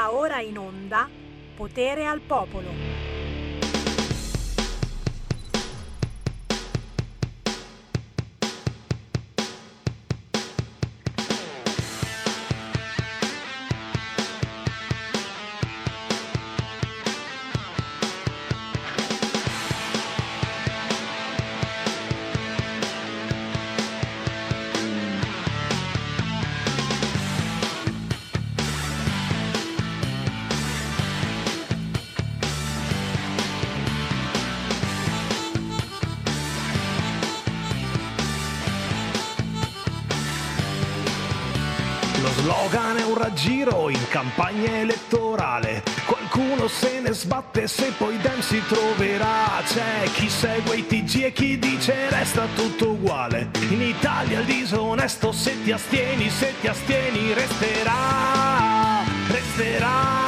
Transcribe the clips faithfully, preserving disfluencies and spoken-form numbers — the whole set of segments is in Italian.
Va ora in onda Potere al Popolo. Slogan è un raggiro in campagna elettorale. Qualcuno se ne sbatte se poi Dem si troverà. C'è chi segue i T G e chi dice resta tutto uguale. In Italia il disonesto se ti astieni, se ti astieni resterà, resterà.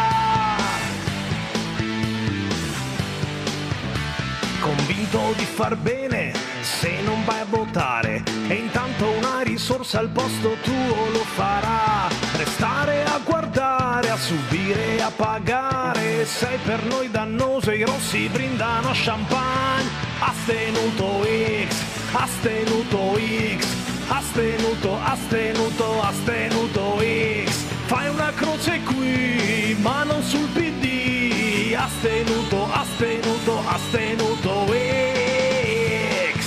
Convinto di far bene se non vai a votare, e intanto una risorsa al posto tuo lo farà. Restare a guardare, a subire, a pagare, sei per noi dannoso e i rossi brindano champagne. Astenuto X, astenuto X, astenuto, astenuto, astenuto X. Fai una croce qui, ma non sul P D. Astenuto, astenuto, astenuto X.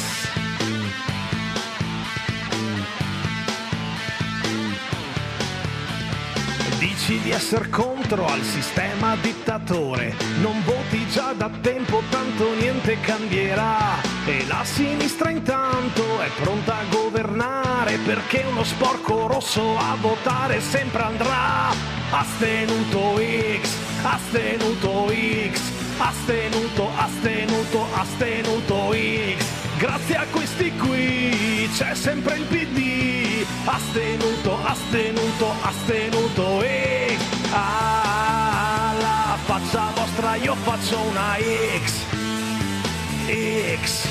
Dici di essere contro al sistema dittatore, non voti già da tempo, tanto niente cambierà. E la sinistra intanto è pronta a governare, perché uno sporco rosso a votare sempre andrà. Astenuto X, astenuto X, astenuto, astenuto, astenuto X. Grazie a questi qui c'è sempre il P D. Astenuto, astenuto, astenuto X. Alla faccia vostra io faccio una X. X.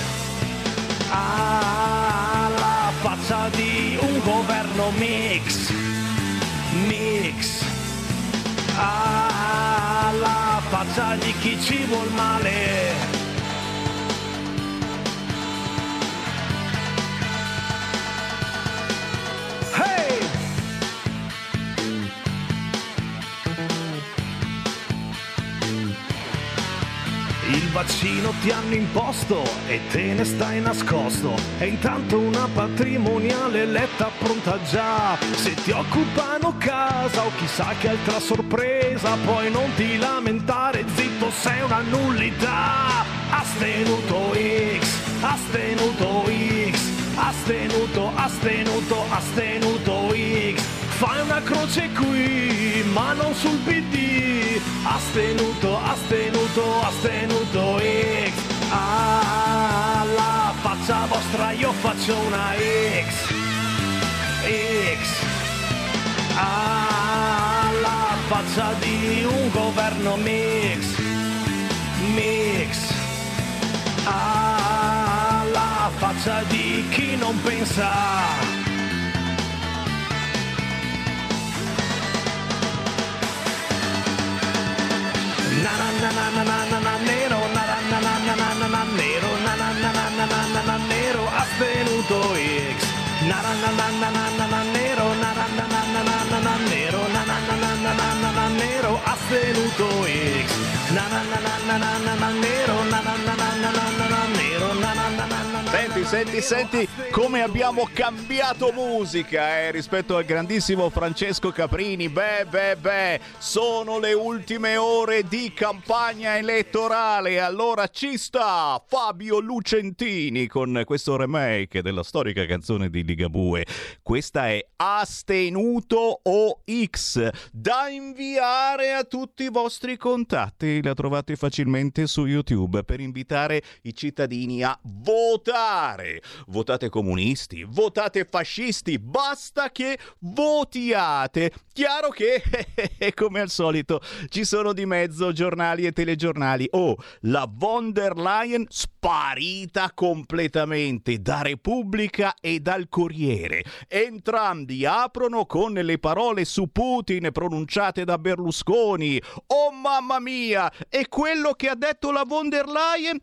Alla faccia di un governo mix. Mix. Alla faccia di chi ci vuol male. Il vaccino ti hanno imposto e te ne stai nascosto, e intanto una patrimoniale eletta pronta già. Se ti occupano casa o chissà che altra sorpresa, poi non ti lamentare, zitto, sei una nullità. Astenuto X, astenuto X, astenuto, astenuto, astenuto X. Fai una croce qui, ma non sul P D. Astenuto, astenuto, astenuto X. Alla faccia vostra io faccio una X. X. Alla faccia di un governo mix. Mix. Alla faccia di chi non pensa. Na na na na na na na nero, na na na na na na na nero, na na na na na na na na nero, astenuto X. Na na na na na na na na nero, na na na na na na na na nero, na na na na na na na na nero, astenuto X. Na na na na na na na na nero, na na na na na na na na nero, na na na na na. Senti, senti, senti come abbiamo cambiato musica eh, rispetto al grandissimo Francesco Caprini. Beh, beh, beh, sono le ultime ore di campagna elettorale, allora ci sta Fabio Lucentini con questo remake della storica canzone di Ligabue. Questa è Astenuto O X, da inviare a tutti i vostri contatti. La trovate facilmente su YouTube per invitare i cittadini a votare. votare. Votate comunisti, votate fascisti, basta che votiate. Chiaro che, come al solito, ci sono di mezzo giornali e telegiornali. Oh, la von der Leyen sparita completamente da Repubblica e dal Corriere. Entrambi aprono con le parole su Putin pronunciate da Berlusconi. Oh mamma mia! E quello che ha detto la von der Leyen?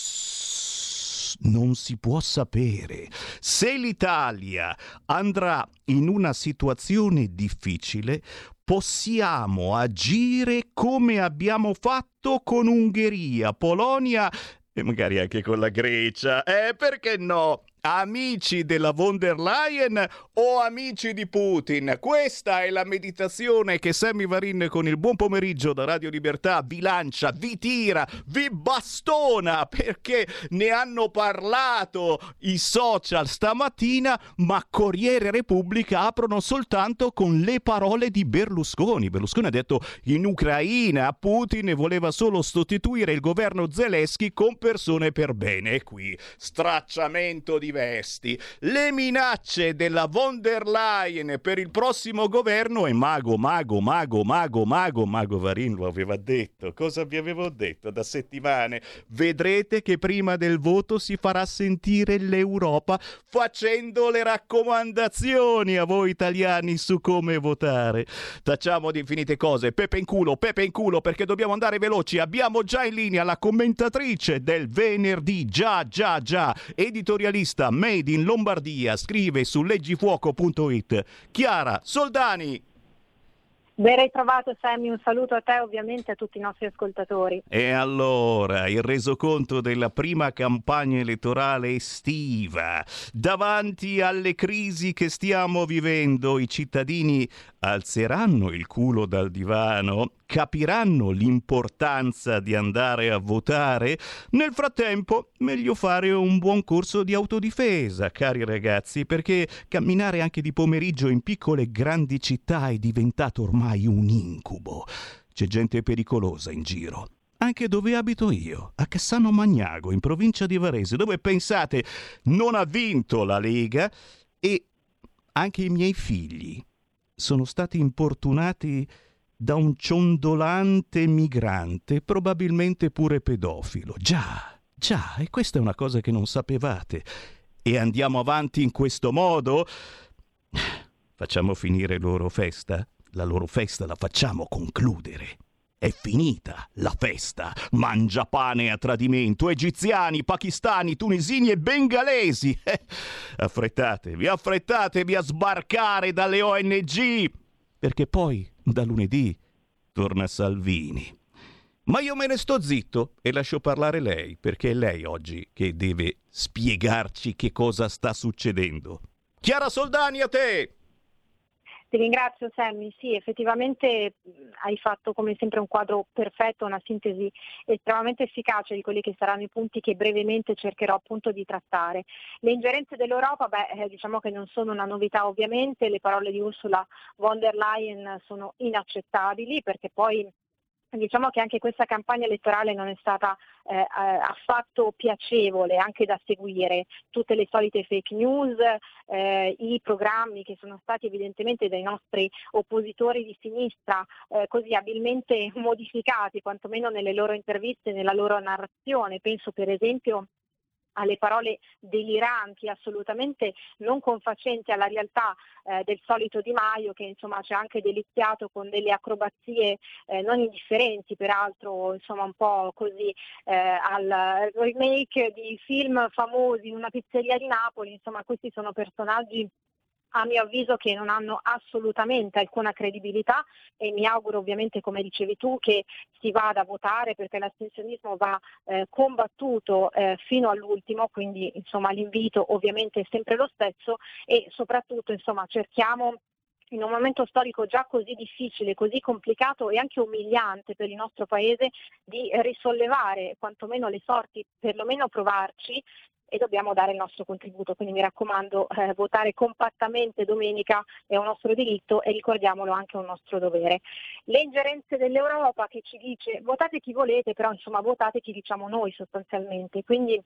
Non si può sapere. Se l'Italia andrà in una situazione difficile, possiamo agire come abbiamo fatto con Ungheria, Polonia e magari anche con la Grecia. Eh, perché no? Amici della von der Leyen o amici di Putin? Questa è la meditazione che Sammy Varin con il buon pomeriggio da Radio Libertà vi lancia, vi tira, vi bastona, perché ne hanno parlato i social stamattina, ma Corriere e Repubblica aprono soltanto con le parole di Berlusconi. Berlusconi ha detto: in Ucraina Putin voleva solo sostituire il governo Zelensky con persone per bene. E qui stracciamento di vesti. Le minacce della von der Leyen per il prossimo governo, e mago, mago, mago, mago, mago, mago Varin lo aveva detto. Cosa vi avevo detto da settimane? Vedrete che prima del voto si farà sentire l'Europa facendo le raccomandazioni a voi italiani su come votare. Tacciamo di infinite cose. Pepe in culo, Pepe in culo, perché dobbiamo andare veloci. Abbiamo già in linea la commentatrice del venerdì, già, già, già, editorialista Made in Lombardia, scrive su leggifuoco punto it, Chiara Soldani. Ben ritrovato Sammy, un saluto a te ovviamente e a tutti i nostri ascoltatori. E allora, il resoconto della prima campagna elettorale estiva. Davanti alle crisi che stiamo vivendo, i cittadini alzeranno il culo dal divano? Capiranno l'importanza di andare a votare? Nel frattempo, meglio fare un buon corso di autodifesa, cari ragazzi, perché camminare anche di pomeriggio in piccole e grandi città è diventato ormai un incubo. C'è gente pericolosa in giro. Anche dove abito io, a Cassano Magnago, in provincia di Varese, dove, pensate, non ha vinto la Lega e anche i miei figli sono stati importunati da un ciondolante migrante, probabilmente pure pedofilo. Già, già, e questa è una cosa che non sapevate. E andiamo avanti in questo modo? Facciamo finire loro festa? La loro festa la facciamo concludere. È finita la festa. Mangiapane a tradimento, egiziani, pakistani, tunisini e bengalesi. Eh, affrettatevi, affrettatevi a sbarcare dalle O N G, perché poi da lunedì torna Salvini. Ma io me ne sto zitto e lascio parlare lei, perché è lei oggi che deve spiegarci che cosa sta succedendo. Chiara Soldani, a te! Ti ringrazio Sammy, sì, effettivamente hai fatto come sempre un quadro perfetto, una sintesi estremamente efficace di quelli che saranno i punti che brevemente cercherò appunto di trattare. Le ingerenze dell'Europa, beh, eh, diciamo che non sono una novità ovviamente, le parole di Ursula von der Leyen sono inaccettabili, perché poi diciamo che anche questa campagna elettorale non è stata eh, affatto piacevole anche da seguire, tutte le solite fake news, eh, i programmi che sono stati evidentemente dai nostri oppositori di sinistra eh, così abilmente modificati, quantomeno nelle loro interviste, nella loro narrazione. Penso per esempio alle parole deliranti, assolutamente non confacenti alla realtà eh, del solito Di Maio, che insomma ci ha anche deliziato con delle acrobazie eh, non indifferenti, peraltro insomma un po' così eh, al remake di film famosi in una pizzeria di Napoli. Insomma, questi sono personaggi a mio avviso che non hanno assolutamente alcuna credibilità, e mi auguro ovviamente, come dicevi tu, che si vada a votare, perché l'astensionismo va eh, combattuto eh, fino all'ultimo, quindi insomma l'invito ovviamente è sempre lo stesso, e soprattutto insomma cerchiamo, in un momento storico già così difficile, così complicato e anche umiliante per il nostro paese, di risollevare quantomeno le sorti, perlomeno provarci, e dobbiamo dare il nostro contributo. Quindi mi raccomando, eh, votare compattamente domenica è un nostro diritto e ricordiamolo anche un nostro dovere. Le ingerenze dell'Europa che ci dice votate chi volete, però insomma votate chi diciamo noi sostanzialmente. Quindi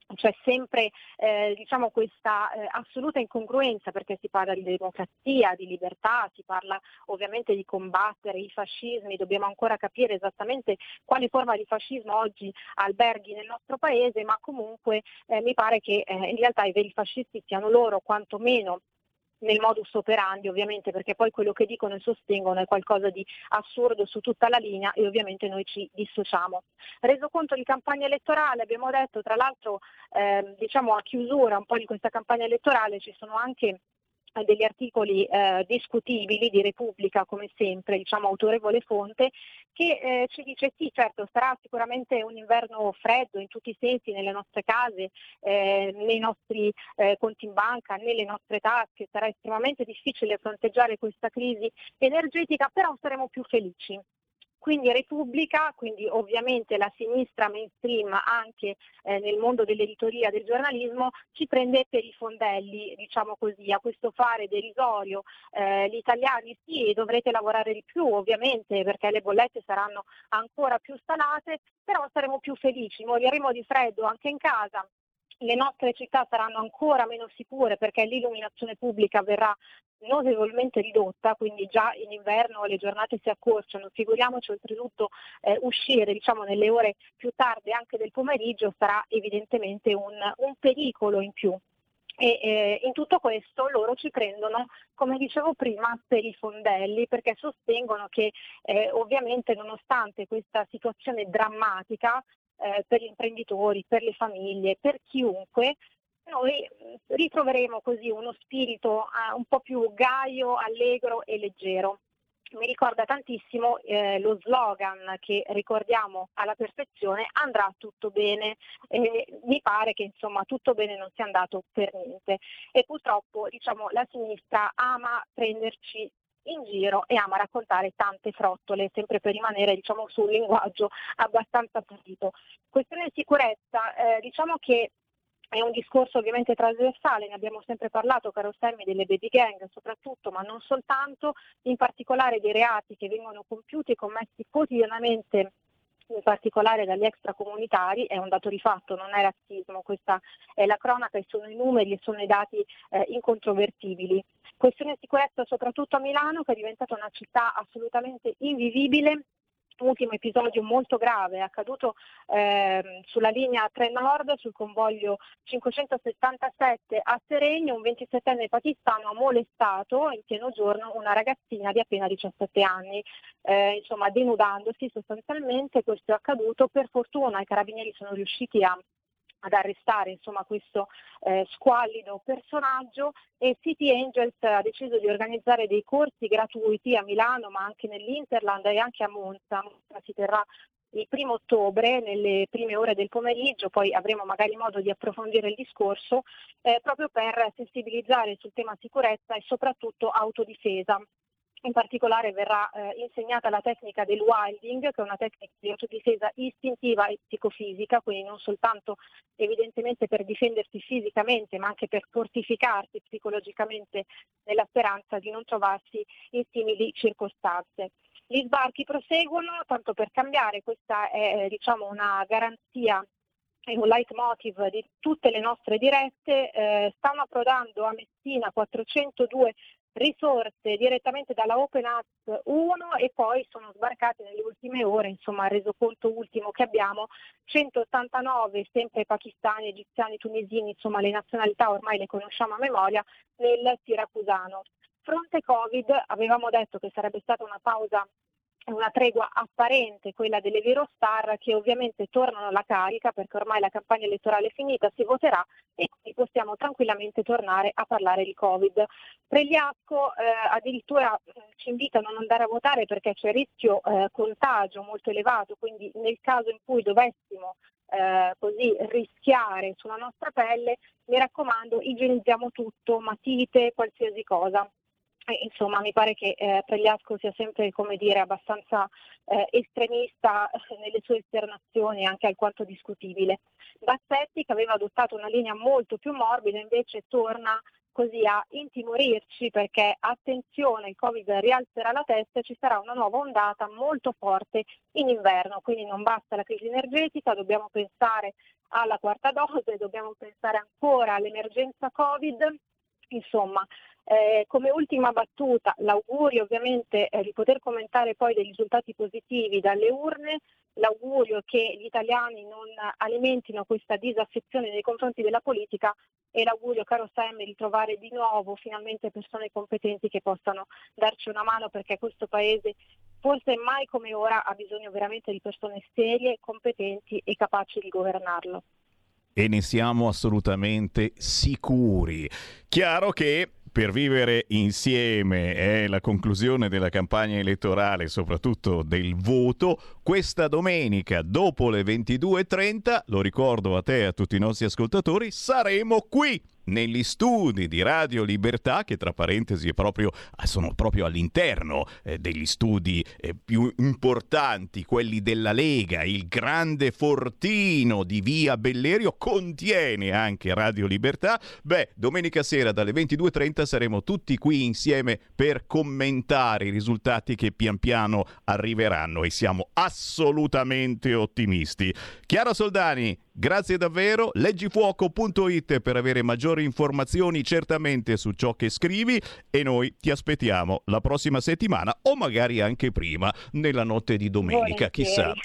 c'è sempre eh, diciamo questa eh, assoluta incongruenza, perché si parla di democrazia, di libertà, si parla ovviamente di combattere i fascismi, dobbiamo ancora capire esattamente quale forma di fascismo oggi alberghi nel nostro paese, ma comunque eh, mi pare che eh, in realtà i veri fascisti siano loro, quantomeno nel modus operandi, ovviamente, perché poi quello che dicono e sostengono è qualcosa di assurdo su tutta la linea e ovviamente noi ci dissociamo. Reso conto di campagna elettorale, abbiamo detto, tra l'altro eh, diciamo a chiusura un po' di questa campagna elettorale ci sono anche degli articoli eh, discutibili di Repubblica, come sempre, diciamo autorevole fonte, che eh, ci dice sì, certo, sarà sicuramente un inverno freddo in tutti i sensi nelle nostre case, eh, nei nostri eh, conti in banca, nelle nostre tasche, sarà estremamente difficile fronteggiare questa crisi energetica, però saremo più felici. Quindi Repubblica, quindi ovviamente la sinistra mainstream anche eh, nel mondo dell'editoria, del giornalismo, ci prende per i fondelli, diciamo così, a questo fare derisorio. Eh, gli italiani sì, dovrete lavorare di più ovviamente perché le bollette saranno ancora più salate, però saremo più felici, moriremo di freddo anche in casa. Le nostre città saranno ancora meno sicure perché l'illuminazione pubblica verrà notevolmente ridotta, quindi già in inverno le giornate si accorciano, figuriamoci oltretutto eh, uscire diciamo nelle ore più tarde anche del pomeriggio sarà evidentemente un, un pericolo in più. E eh, in tutto questo loro ci prendono, come dicevo prima, per i fondelli, perché sostengono che eh, ovviamente nonostante questa situazione drammatica eh, per gli imprenditori, per le famiglie, per chiunque, noi ritroveremo così uno spirito eh, un po' più gaio, allegro e leggero. Mi ricorda tantissimo eh, lo slogan che ricordiamo alla perfezione: andrà tutto bene. Eh, mi pare che insomma tutto bene non sia andato per niente e purtroppo diciamo la sinistra ama prenderci in giro e ama raccontare tante frottole, sempre per rimanere diciamo su un linguaggio abbastanza pulito. Questione di sicurezza, eh, diciamo che è un discorso ovviamente trasversale, ne abbiamo sempre parlato, caro Sammy, delle baby gang soprattutto, ma non soltanto, in particolare dei reati che vengono compiuti e commessi quotidianamente, in particolare dagli extracomunitari. È un dato di fatto, non è razzismo, questa è la cronaca e sono i numeri e sono i dati eh, incontrovertibili. Questione di sicurezza soprattutto a Milano, che è diventata una città assolutamente invivibile. Ultimo episodio molto grave è accaduto eh, sulla linea tre Nord, sul convoglio cinquecentosettantasette a Seregno. Un ventisettenne pakistano ha molestato in pieno giorno una ragazzina di appena diciassette anni, eh, insomma denudandosi sostanzialmente. Questo è accaduto, per fortuna i carabinieri sono riusciti a ad arrestare insomma questo eh, squallido personaggio, e City Angels ha deciso di organizzare dei corsi gratuiti a Milano, ma anche nell'Interland e anche a Monza. Monza si terrà il primo ottobre nelle prime ore del pomeriggio, poi avremo magari modo di approfondire il discorso, eh, proprio per sensibilizzare sul tema sicurezza e soprattutto autodifesa. In particolare verrà eh, insegnata la tecnica del wilding, che è una tecnica di autodifesa istintiva e psicofisica, quindi non soltanto evidentemente per difendersi fisicamente, ma anche per fortificarsi psicologicamente nella speranza di non trovarsi in simili circostanze. Gli sbarchi proseguono, tanto per cambiare, questa è diciamo una garanzia è un leitmotiv di tutte le nostre dirette. Eh, stanno approdando a Messina quattrocentodue risorse direttamente dalla Open Arms uno e poi sono sbarcate nelle ultime ore, insomma il resoconto ultimo che abbiamo, centottantanove sempre pakistani, egiziani, tunisini, insomma le nazionalità ormai le conosciamo a memoria, nel siracusano. Fronte Covid avevamo detto che sarebbe stata una pausa, una tregua apparente, quella delle Virostar, che ovviamente tornano alla carica perché ormai la campagna elettorale è finita, si voterà e quindi possiamo tranquillamente tornare a parlare di Covid. Pregliasco eh, addirittura ci invita a non andare a votare perché c'è rischio eh, contagio molto elevato, quindi nel caso in cui dovessimo eh, così rischiare sulla nostra pelle, mi raccomando, igienizziamo tutto, matite, qualsiasi cosa. Eh, insomma, mi pare che eh, Pregliasco sia sempre, come dire, abbastanza eh, estremista nelle sue esternazioni, anche alquanto discutibile. Bassetti, che aveva adottato una linea molto più morbida, invece torna così a intimorirci, perché attenzione, il Covid rialzerà la testa e ci sarà una nuova ondata molto forte in inverno, quindi non basta la crisi energetica, dobbiamo pensare alla quarta dose, dobbiamo pensare ancora all'emergenza Covid, insomma. Eh, come ultima battuta, l'augurio ovviamente eh, di poter commentare poi dei risultati positivi dalle urne, l'augurio che gli italiani non alimentino questa disaffezione nei confronti della politica e l'augurio, caro Sam, di trovare di nuovo finalmente persone competenti che possano darci una mano, perché questo paese forse mai come ora ha bisogno veramente di persone serie, competenti e capaci di governarlo. E ne siamo assolutamente sicuri. Chiaro che per vivere insieme è la conclusione della campagna elettorale, soprattutto del voto. Questa domenica, dopo le ventidue e trenta, lo ricordo a te e a tutti i nostri ascoltatori, saremo qui negli studi di Radio Libertà, che tra parentesi è proprio, sono proprio all'interno eh, degli studi eh, più importanti, quelli della Lega. Il grande fortino di Via Bellerio contiene anche Radio Libertà. Beh, domenica sera dalle ventidue e trenta saremo tutti qui insieme per commentare i risultati che pian piano arriveranno, e siamo assolutamente ottimisti. Chiara Soldani, grazie davvero. Leggifuoco punto it per avere maggiori informazioni certamente su ciò che scrivi, e noi ti aspettiamo la prossima settimana o magari anche prima, nella notte di domenica, chissà.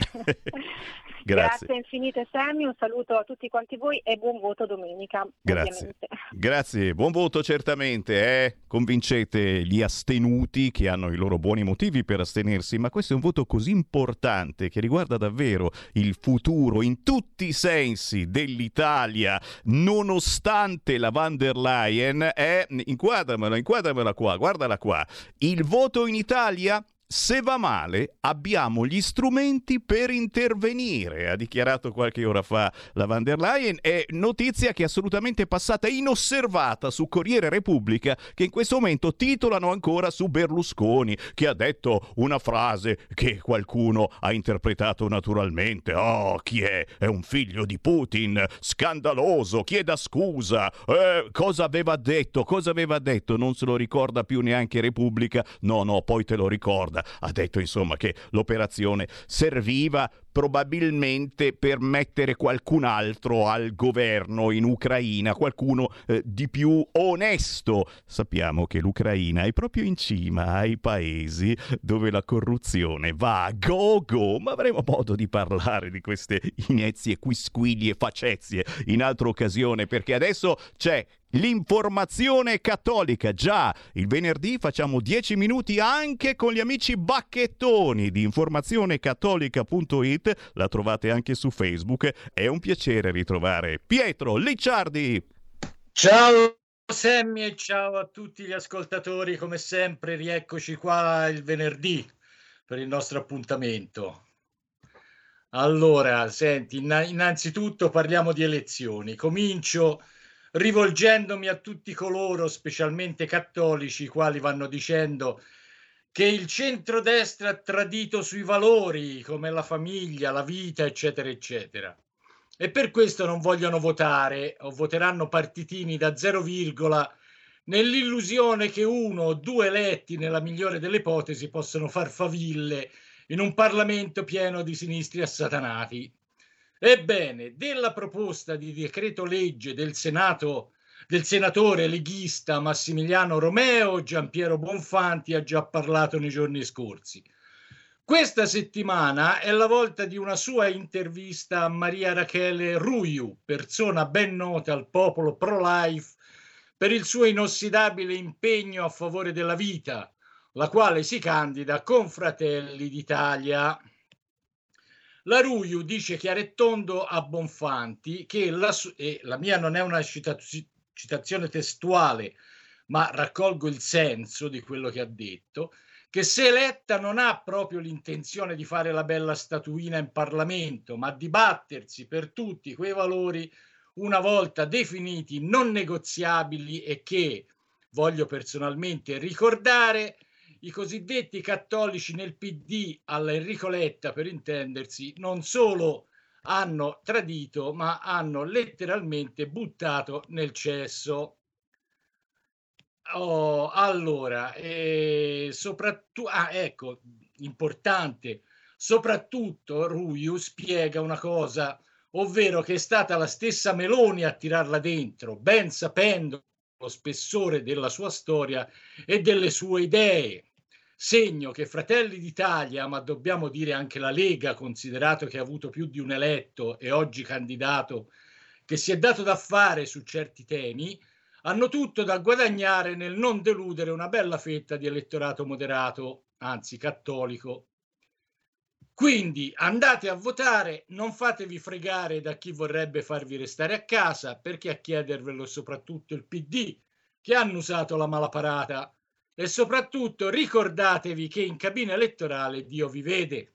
Grazie. Grazie infinite Sammy, un saluto a tutti quanti voi e buon voto domenica. Grazie. Ovviamente. Grazie, buon voto certamente, eh? Convincete gli astenuti, che hanno i loro buoni motivi per astenersi, ma questo è un voto così importante che riguarda davvero il futuro in tutti i sensi dell'Italia, nonostante la van der Leyen. Eh? Inquadramela, inquadramela qua, guardala qua. Il voto in Italia, se va male, abbiamo gli strumenti per intervenire, ha dichiarato qualche ora fa la van der Leyen. È notizia che è assolutamente passata inosservata su Corriere Repubblica, che in questo momento titolano ancora su Berlusconi, che ha detto una frase che qualcuno ha interpretato naturalmente. Oh, chi è? È un figlio di Putin, scandaloso, chieda scusa. Eh, cosa aveva detto? Cosa aveva detto? Non se lo ricorda più neanche Repubblica. No, no, poi te lo ricorda. Ha detto insomma che l'operazione serviva probabilmente per mettere qualcun altro al governo in Ucraina, qualcuno eh, di più onesto. Sappiamo che l'Ucraina è proprio in cima ai paesi dove la corruzione va a go go, ma avremo modo di parlare di queste inezie, quisquiglie e facezie in altra occasione, perché adesso c'è l'informazione cattolica. Già, il venerdì facciamo dieci minuti anche con gli amici bacchettoni di informazione cattolica punto it. La trovate anche su Facebook. È un piacere ritrovare Pietro Licciardi. Ciao Sammy e ciao a tutti gli ascoltatori, come sempre rieccoci qua il venerdì per il nostro appuntamento. Allora, senti, innanzitutto parliamo di elezioni. Comincio rivolgendomi a tutti coloro, specialmente cattolici, i quali vanno dicendo che il centrodestra ha tradito sui valori come la famiglia, la vita, eccetera, eccetera. E per questo non vogliono votare o voteranno partitini da zero virgola nell'illusione che uno o due eletti, nella migliore delle ipotesi, possono far faville in un Parlamento pieno di sinistri assatanati. Ebbene, della proposta di decreto legge del Senato del senatore leghista Massimiliano Romeo, Giampiero Bonfanti ha già parlato nei giorni scorsi. Questa settimana è la volta di una sua intervista a Maria Rachele Ruiu, persona ben nota al popolo pro-life per il suo inossidabile impegno a favore della vita, la quale si candida con Fratelli d'Italia. La Ruiu dice chiaro e tondo a Bonfanti che la, e la mia non è una citazione citazione testuale, ma raccolgo il senso di quello che ha detto, che se eletta non ha proprio l'intenzione di fare la bella statuina in Parlamento, ma di battersi per tutti quei valori una volta definiti non negoziabili e che, voglio personalmente ricordare, i cosiddetti cattolici nel P D alla Enrico Letta, per intendersi, non solo hanno tradito, ma hanno letteralmente buttato nel cesso. Oh, allora, eh, soprattutto, ah, ecco, importante, soprattutto Ruiu spiega una cosa, ovvero che è stata la stessa Meloni a tirarla dentro, ben sapendo lo spessore della sua storia e delle sue idee. Segno che Fratelli d'Italia, ma dobbiamo dire anche la Lega, considerato che ha avuto più di un eletto e oggi candidato, che si è dato da fare su certi temi, hanno tutto da guadagnare nel non deludere una bella fetta di elettorato moderato, anzi cattolico. Quindi andate a votare, non fatevi fregare da chi vorrebbe farvi restare a casa, perché a chiedervelo è soprattutto il P D, che hanno usato la malaparata, e soprattutto ricordatevi che in cabina elettorale Dio vi vede.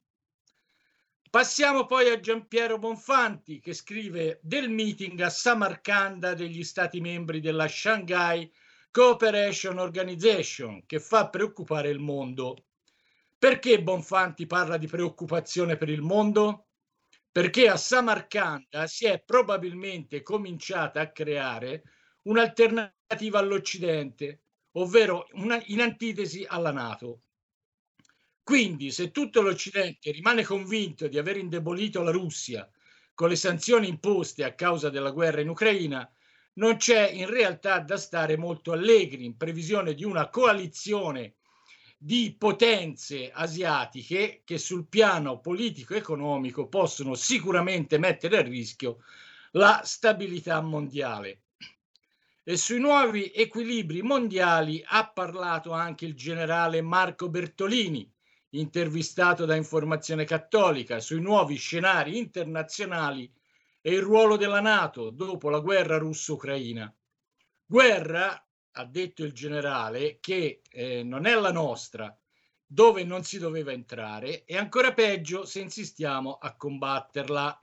Passiamo poi a Giampiero Bonfanti, che scrive del meeting a Samarcanda degli stati membri della Shanghai Cooperation Organization, che fa preoccupare il mondo. Perché Bonfanti parla di preoccupazione per il mondo? Perché a Samarcanda si è probabilmente cominciata a creare un'alternativa all'Occidente, ovvero una, in antitesi alla NATO. Quindi, se tutto l'Occidente rimane convinto di aver indebolito la Russia con le sanzioni imposte a causa della guerra in Ucraina, non c'è in realtà da stare molto allegri in previsione di una coalizione di potenze asiatiche che sul piano politico-economico possono sicuramente mettere a rischio la stabilità mondiale. E sui nuovi equilibri mondiali ha parlato anche il generale Marco Bertolini, intervistato da Informazione Cattolica, sui nuovi scenari internazionali e il ruolo della NATO dopo la guerra russo-ucraina. Guerra, ha detto il generale, che eh, non è la nostra, dove non si doveva entrare, e ancora peggio se insistiamo a combatterla.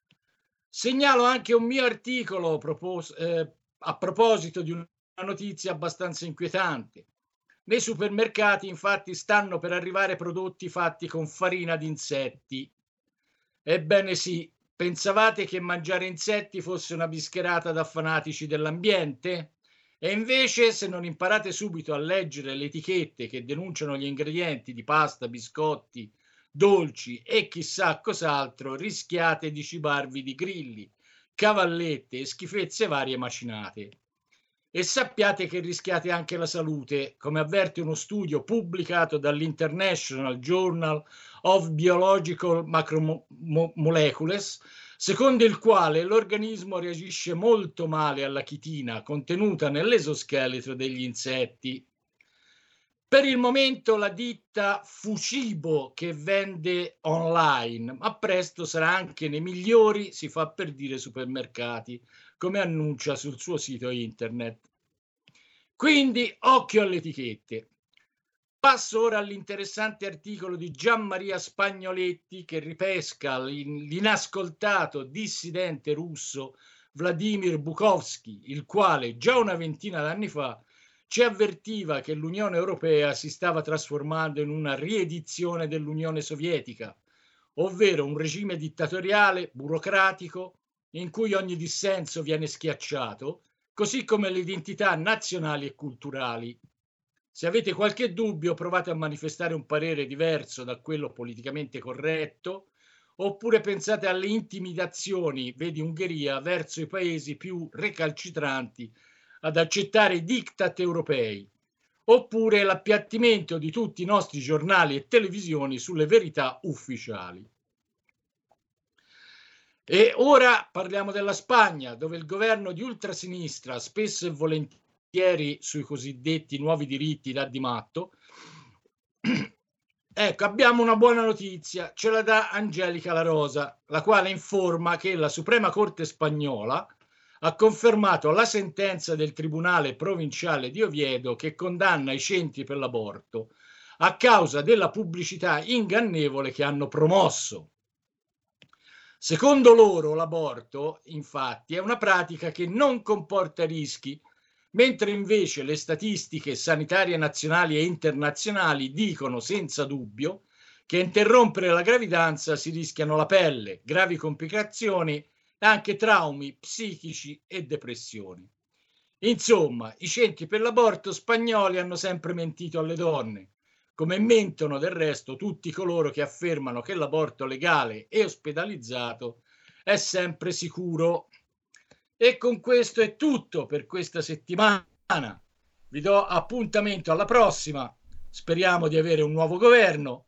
Segnalo anche un mio articolo propos- eh, a proposito di una notizia abbastanza inquietante. Nei supermercati infatti stanno per arrivare prodotti fatti con farina di insetti. Ebbene sì, pensavate che mangiare insetti fosse una bischerata da fanatici dell'ambiente? E invece, se non imparate subito a leggere le etichette che denunciano gli ingredienti di pasta, biscotti, dolci e chissà cos'altro, rischiate di cibarvi di grilli, cavallette e schifezze varie macinate. E sappiate che rischiate anche la salute, come avverte uno studio pubblicato dall'International Journal of Biological Macromolecules, secondo il quale l'organismo reagisce molto male alla chitina contenuta nell'esoscheletro degli insetti. Per il momento la ditta Fucibo, che vende online, ma presto sarà anche nei migliori, si fa per dire, supermercati, come annuncia sul suo sito internet. Quindi occhio alle etichette. Passo ora all'interessante articolo di Gianmaria Spagnoletti, che ripesca l'inascoltato dissidente russo Vladimir Bukovsky, il quale già una ventina d'anni fa ci avvertiva che l'Unione Europea si stava trasformando in una riedizione dell'Unione Sovietica, ovvero un regime dittatoriale, burocratico, in cui ogni dissenso viene schiacciato, così come le identità nazionali e culturali. Se avete qualche dubbio, provate a manifestare un parere diverso da quello politicamente corretto, oppure pensate alle intimidazioni, vedi Ungheria, verso i paesi più recalcitranti ad accettare i diktat europei, oppure l'appiattimento di tutti i nostri giornali e televisioni sulle verità ufficiali. E ora parliamo della Spagna, dove il governo di ultrasinistra, spesso e volentieri sui cosiddetti nuovi diritti da di matto, ecco, abbiamo una buona notizia, ce la dà Angelica La Rosa, la quale informa che la Suprema Corte spagnola ha confermato la sentenza del Tribunale Provinciale di Oviedo che condanna i centri per l'aborto a causa della pubblicità ingannevole che hanno promosso. Secondo loro l'aborto, infatti, è una pratica che non comporta rischi, mentre invece le statistiche sanitarie nazionali e internazionali dicono senza dubbio che a interrompere la gravidanza si rischiano la pelle, gravi complicazioni e anche traumi psichici e depressioni. Insomma, i centri per l'aborto spagnoli hanno sempre mentito alle donne, come mentono del resto tutti coloro che affermano che l'aborto legale e ospedalizzato è sempre sicuro. E con questo è tutto per questa settimana. Vi do appuntamento alla prossima. Speriamo di avere un nuovo governo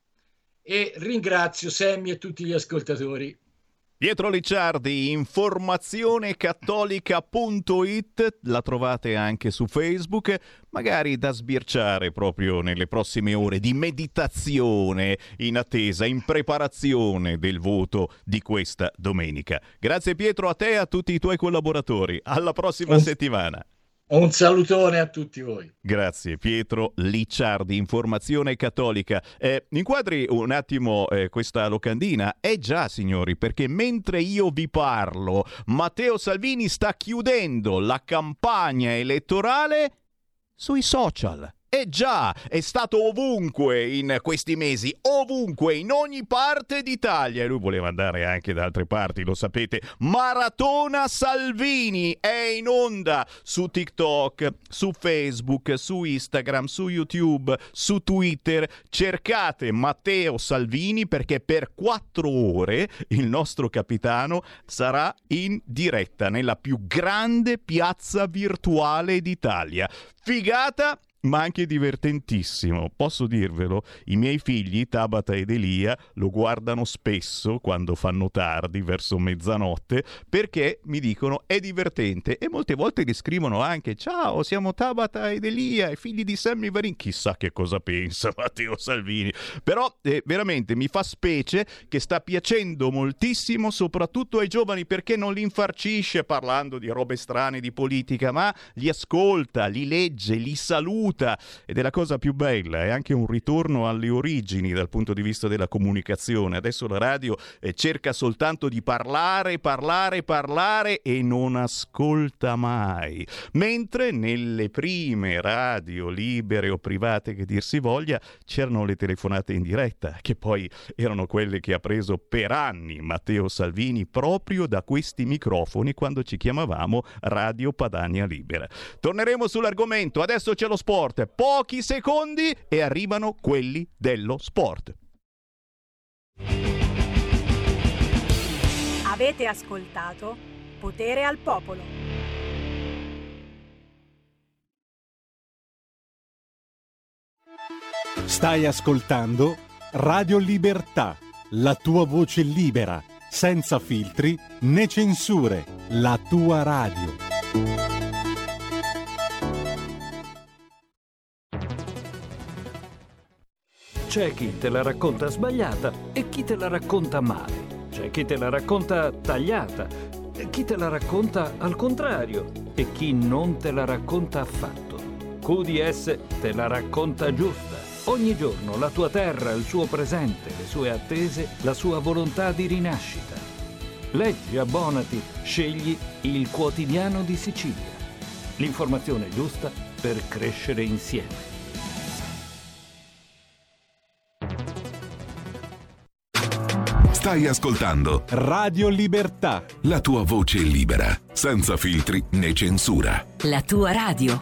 e ringrazio Sammy e tutti gli ascoltatori. Pietro Licciardi, informazione cattolica punto it, la trovate anche su Facebook, magari da sbirciare proprio nelle prossime ore di meditazione in attesa, in preparazione del voto di questa domenica. Grazie Pietro, a te e a tutti i tuoi collaboratori. Alla prossima Un... settimana. Un salutone a tutti voi. Grazie Pietro Licciardi, informazione cattolica. Eh, inquadri un attimo eh, questa locandina. Eh già signori, perché mentre io vi parlo, Matteo Salvini sta chiudendo la campagna elettorale sui social. Eh già, è stato ovunque in questi mesi, ovunque, in ogni parte d'Italia. E lui voleva andare anche da altre parti, lo sapete. Maratona Salvini è in onda su TikTok, su Facebook, su Instagram, su YouTube, su Twitter. Cercate Matteo Salvini perché per quattro ore il nostro capitano sarà in diretta nella più grande piazza virtuale d'Italia. Figata, ma anche divertentissimo. Posso dirvelo, i miei figli Tabata ed Elia lo guardano spesso quando fanno tardi, verso mezzanotte, perché mi dicono è divertente, e molte volte gli scrivono anche: ciao, siamo Tabata ed Elia, i figli di Sammy Varin. Chissà che cosa pensa Matteo Salvini, però eh, veramente mi fa specie che sta piacendo moltissimo soprattutto ai giovani, perché non li infarcisce parlando di robe strane di politica, ma li ascolta, li legge, li saluta. Ed è la cosa più bella, è anche un ritorno alle origini dal punto di vista della comunicazione. Adesso la radio eh, cerca soltanto di parlare, parlare, parlare e non ascolta mai. Mentre nelle prime radio libere o private che dir si voglia c'erano le telefonate in diretta, che poi erano quelle che ha preso per anni Matteo Salvini proprio da questi microfoni quando ci chiamavamo Radio Padania Libera. Torneremo sull'argomento, adesso c'è lo sport. Pochi secondi e arrivano quelli dello sport. Avete ascoltato Potere al Popolo. Stai ascoltando Radio Libertà, la tua voce libera, senza filtri né censure, la tua radio. C'è chi te la racconta sbagliata e chi te la racconta male. C'è chi te la racconta tagliata e chi te la racconta al contrario e chi non te la racconta affatto. Q D S te la racconta giusta. Ogni giorno la tua terra, il suo presente, le sue attese, la sua volontà di rinascita. Leggi, abbonati, scegli il Quotidiano di Sicilia. L'informazione giusta per crescere insieme. Stai ascoltando Radio Libertà, la tua voce libera, senza filtri né censura. La tua radio.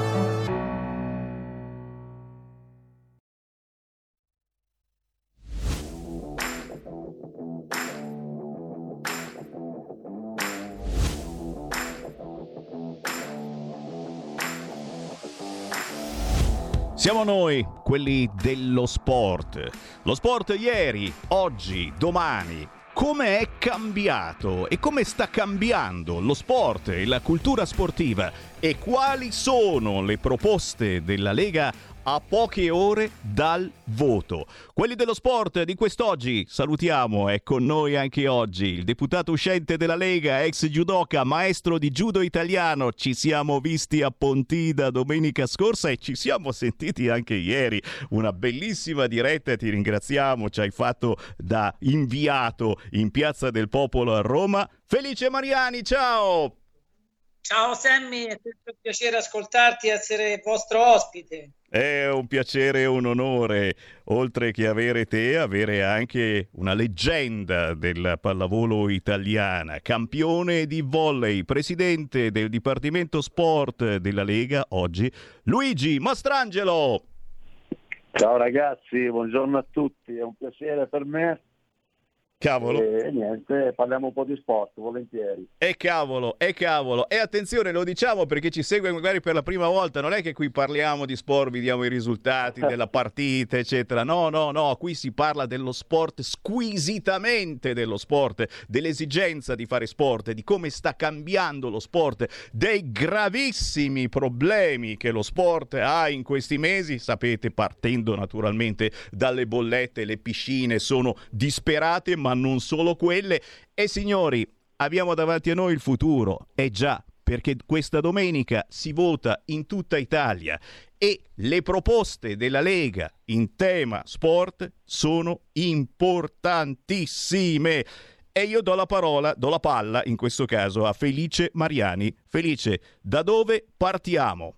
Siamo noi, quelli dello sport. Lo sport ieri, oggi, domani. Come è cambiato e come sta cambiando lo sport e la cultura sportiva, e quali sono le proposte della Lega a poche ore dal voto. Quelli dello sport di quest'oggi salutiamo, è con noi anche oggi il deputato uscente della Lega, ex judoka, maestro di judo italiano. Ci siamo visti a Pontida domenica scorsa e ci siamo sentiti anche ieri, una bellissima diretta, ti ringraziamo, ci hai fatto da inviato in Piazza del Popolo a Roma. Felice Mariani, ciao! Ciao Sammy, è sempre un piacere ascoltarti e essere vostro ospite. È un piacere e un onore, oltre che avere te, avere anche una leggenda della pallavolo italiana, campione di volley, presidente del Dipartimento Sport della Lega, oggi Luigi Mastrangelo. Ciao ragazzi, buongiorno a tutti, è un piacere per me. Cavolo. E niente, parliamo un po' di sport, volentieri. E cavolo, e cavolo. E attenzione, lo diciamo perché ci segue magari per la prima volta, non è che qui parliamo di sport, vi diamo i risultati della partita, eccetera. No, no, no, qui si parla dello sport, squisitamente dello sport, dell'esigenza di fare sport, di come sta cambiando lo sport, dei gravissimi problemi che lo sport ha in questi mesi, sapete, partendo naturalmente dalle bollette, le piscine sono disperate, ma non solo quelle. E signori, abbiamo davanti a noi il futuro, è già, perché questa domenica si vota in tutta Italia e le proposte della Lega in tema sport sono importantissime. E io do la parola, do la palla in questo caso a Felice Mariani. Felice, da dove partiamo?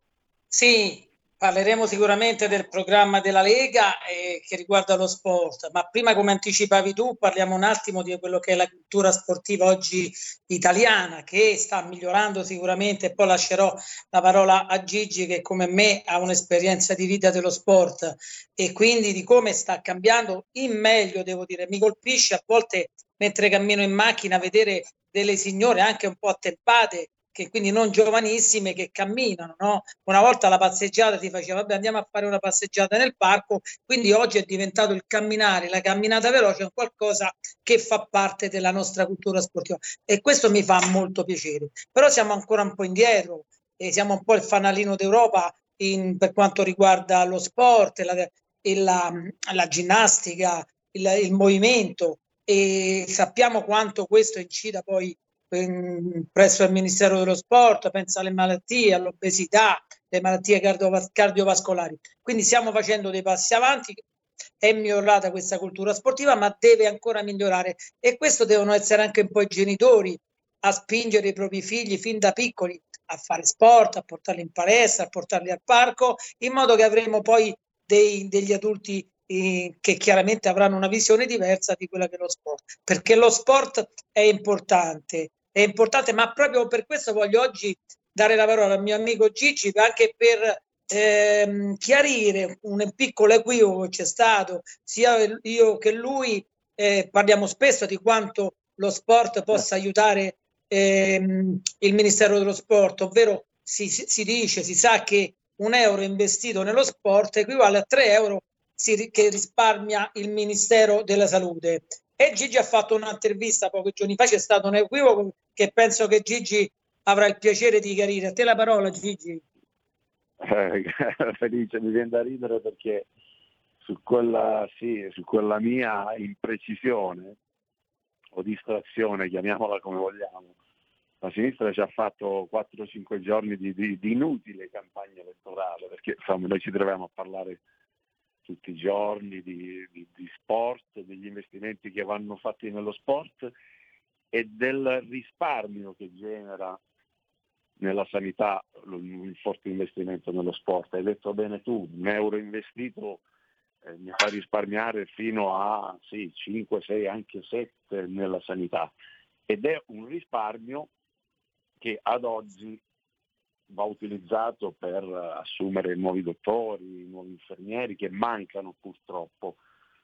Sì, parleremo sicuramente del programma della Lega eh, che riguarda lo sport, ma prima, come anticipavi tu, parliamo un attimo di quello che è la cultura sportiva oggi italiana, che sta migliorando sicuramente, e poi lascerò la parola a Gigi che come me ha un'esperienza di vita dello sport e quindi di come sta cambiando in meglio, devo dire. Mi colpisce a volte mentre cammino in macchina vedere delle signore anche un po' attempate, che quindi non giovanissime, che camminano, no? Una volta la passeggiata ti faceva, vabbè, andiamo a fare una passeggiata nel parco, quindi oggi è diventato il camminare, la camminata veloce, un qualcosa che fa parte della nostra cultura sportiva e questo mi fa molto piacere. Però siamo ancora un po' indietro e siamo un po' il fanalino d'Europa in, per quanto riguarda lo sport, la, la, la ginnastica, il, il movimento, e sappiamo quanto questo incida poi presso il Ministero dello Sport, pensa alle malattie, all'obesità, le malattie cardiovas- cardiovascolari. Quindi stiamo facendo dei passi avanti, è migliorata questa cultura sportiva, ma deve ancora migliorare e questo devono essere anche un po' i genitori a spingere i propri figli fin da piccoli a fare sport, a portarli in palestra, a portarli al parco, in modo che avremo poi dei, degli adulti eh, che chiaramente avranno una visione diversa di quella che è lo sport, perché lo sport è importante. È importante, ma proprio per questo voglio oggi dare la parola al mio amico Gigi, anche per ehm, chiarire un piccolo equivoco che c'è stato, sia io che lui. Eh, parliamo spesso di quanto lo sport possa aiutare ehm, il Ministero dello Sport, ovvero si, si dice, si sa che un euro investito nello sport equivale a tre euro si, che risparmia il Ministero della Salute. E Gigi ha fatto un'intervista pochi giorni fa, c'è stato un equivoco che penso che Gigi avrà il piacere di chiarire. A te la parola, Gigi. Eh, Felice, mi viene da ridere perché su quella, sì, su quella mia imprecisione o distrazione, chiamiamola come vogliamo, la sinistra ci ha fatto quattro cinque giorni di, di, di inutile campagna elettorale, perché insomma noi ci troviamo a parlare tutti i giorni di, di, di sport, degli investimenti che vanno fatti nello sport e del risparmio che genera nella sanità il forte investimento nello sport. Hai detto bene tu, un euro investito eh, mi fa risparmiare fino a sì, cinque, sei, anche sette nella sanità, ed è un risparmio che ad oggi va utilizzato per assumere nuovi dottori, nuovi infermieri che mancano purtroppo,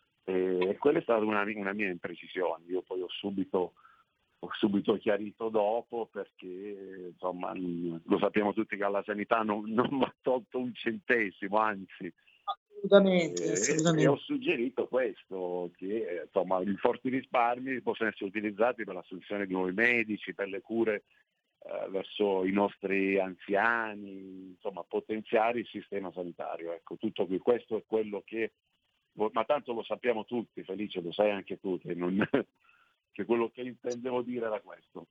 e quella è stata una, una mia imprecisione. Io poi ho subito, ho subito chiarito dopo, perché insomma lo sappiamo tutti che alla sanità non, non va tolto un centesimo, anzi assolutamente, e, assolutamente. e ho suggerito questo, che insomma i forti risparmi possono essere utilizzati per l'assunzione di nuovi medici, per le cure Eh, verso i nostri anziani, insomma potenziare il sistema sanitario. Ecco, tutto qui, questo è quello che, ma tanto lo sappiamo tutti, Felice, lo sai anche tu, che, non, che quello che intendevo dire era questo.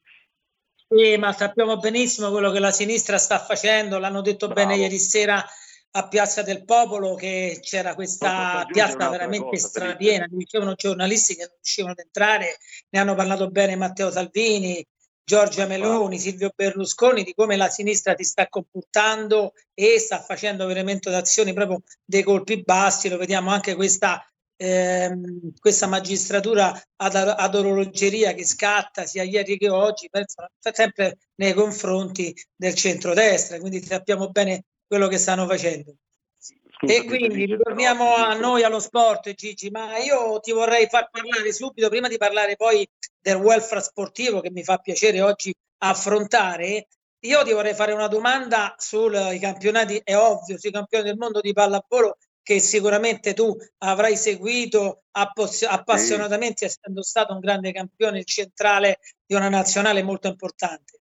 Sì, ma sappiamo benissimo quello che la sinistra sta facendo, l'hanno detto Bravo. bene ieri sera a Piazza del Popolo, che c'era questa piazza veramente cosa, strapiena, dicevano giornalisti che non riuscivano ad entrare, ne hanno parlato bene Matteo Salvini, Giorgia Meloni, Silvio Berlusconi, di come la sinistra ti sta comportando e sta facendo veramente azioni proprio dei colpi bassi. Lo vediamo anche questa, ehm, questa magistratura ad, ad orologeria che scatta sia ieri che oggi, penso, sempre nei confronti del centrodestra, quindi sappiamo bene quello che stanno facendo. Scusami, e quindi ritorniamo a noi, allo sport, Gigi, ma io ti vorrei far parlare subito, prima di parlare poi del welfare sportivo che mi fa piacere oggi affrontare. Io ti vorrei fare una domanda sui campionati, è ovvio, sui campioni del mondo di pallavolo, che sicuramente tu avrai seguito appassionatamente, essendo stato un grande campione centrale di una nazionale molto importante.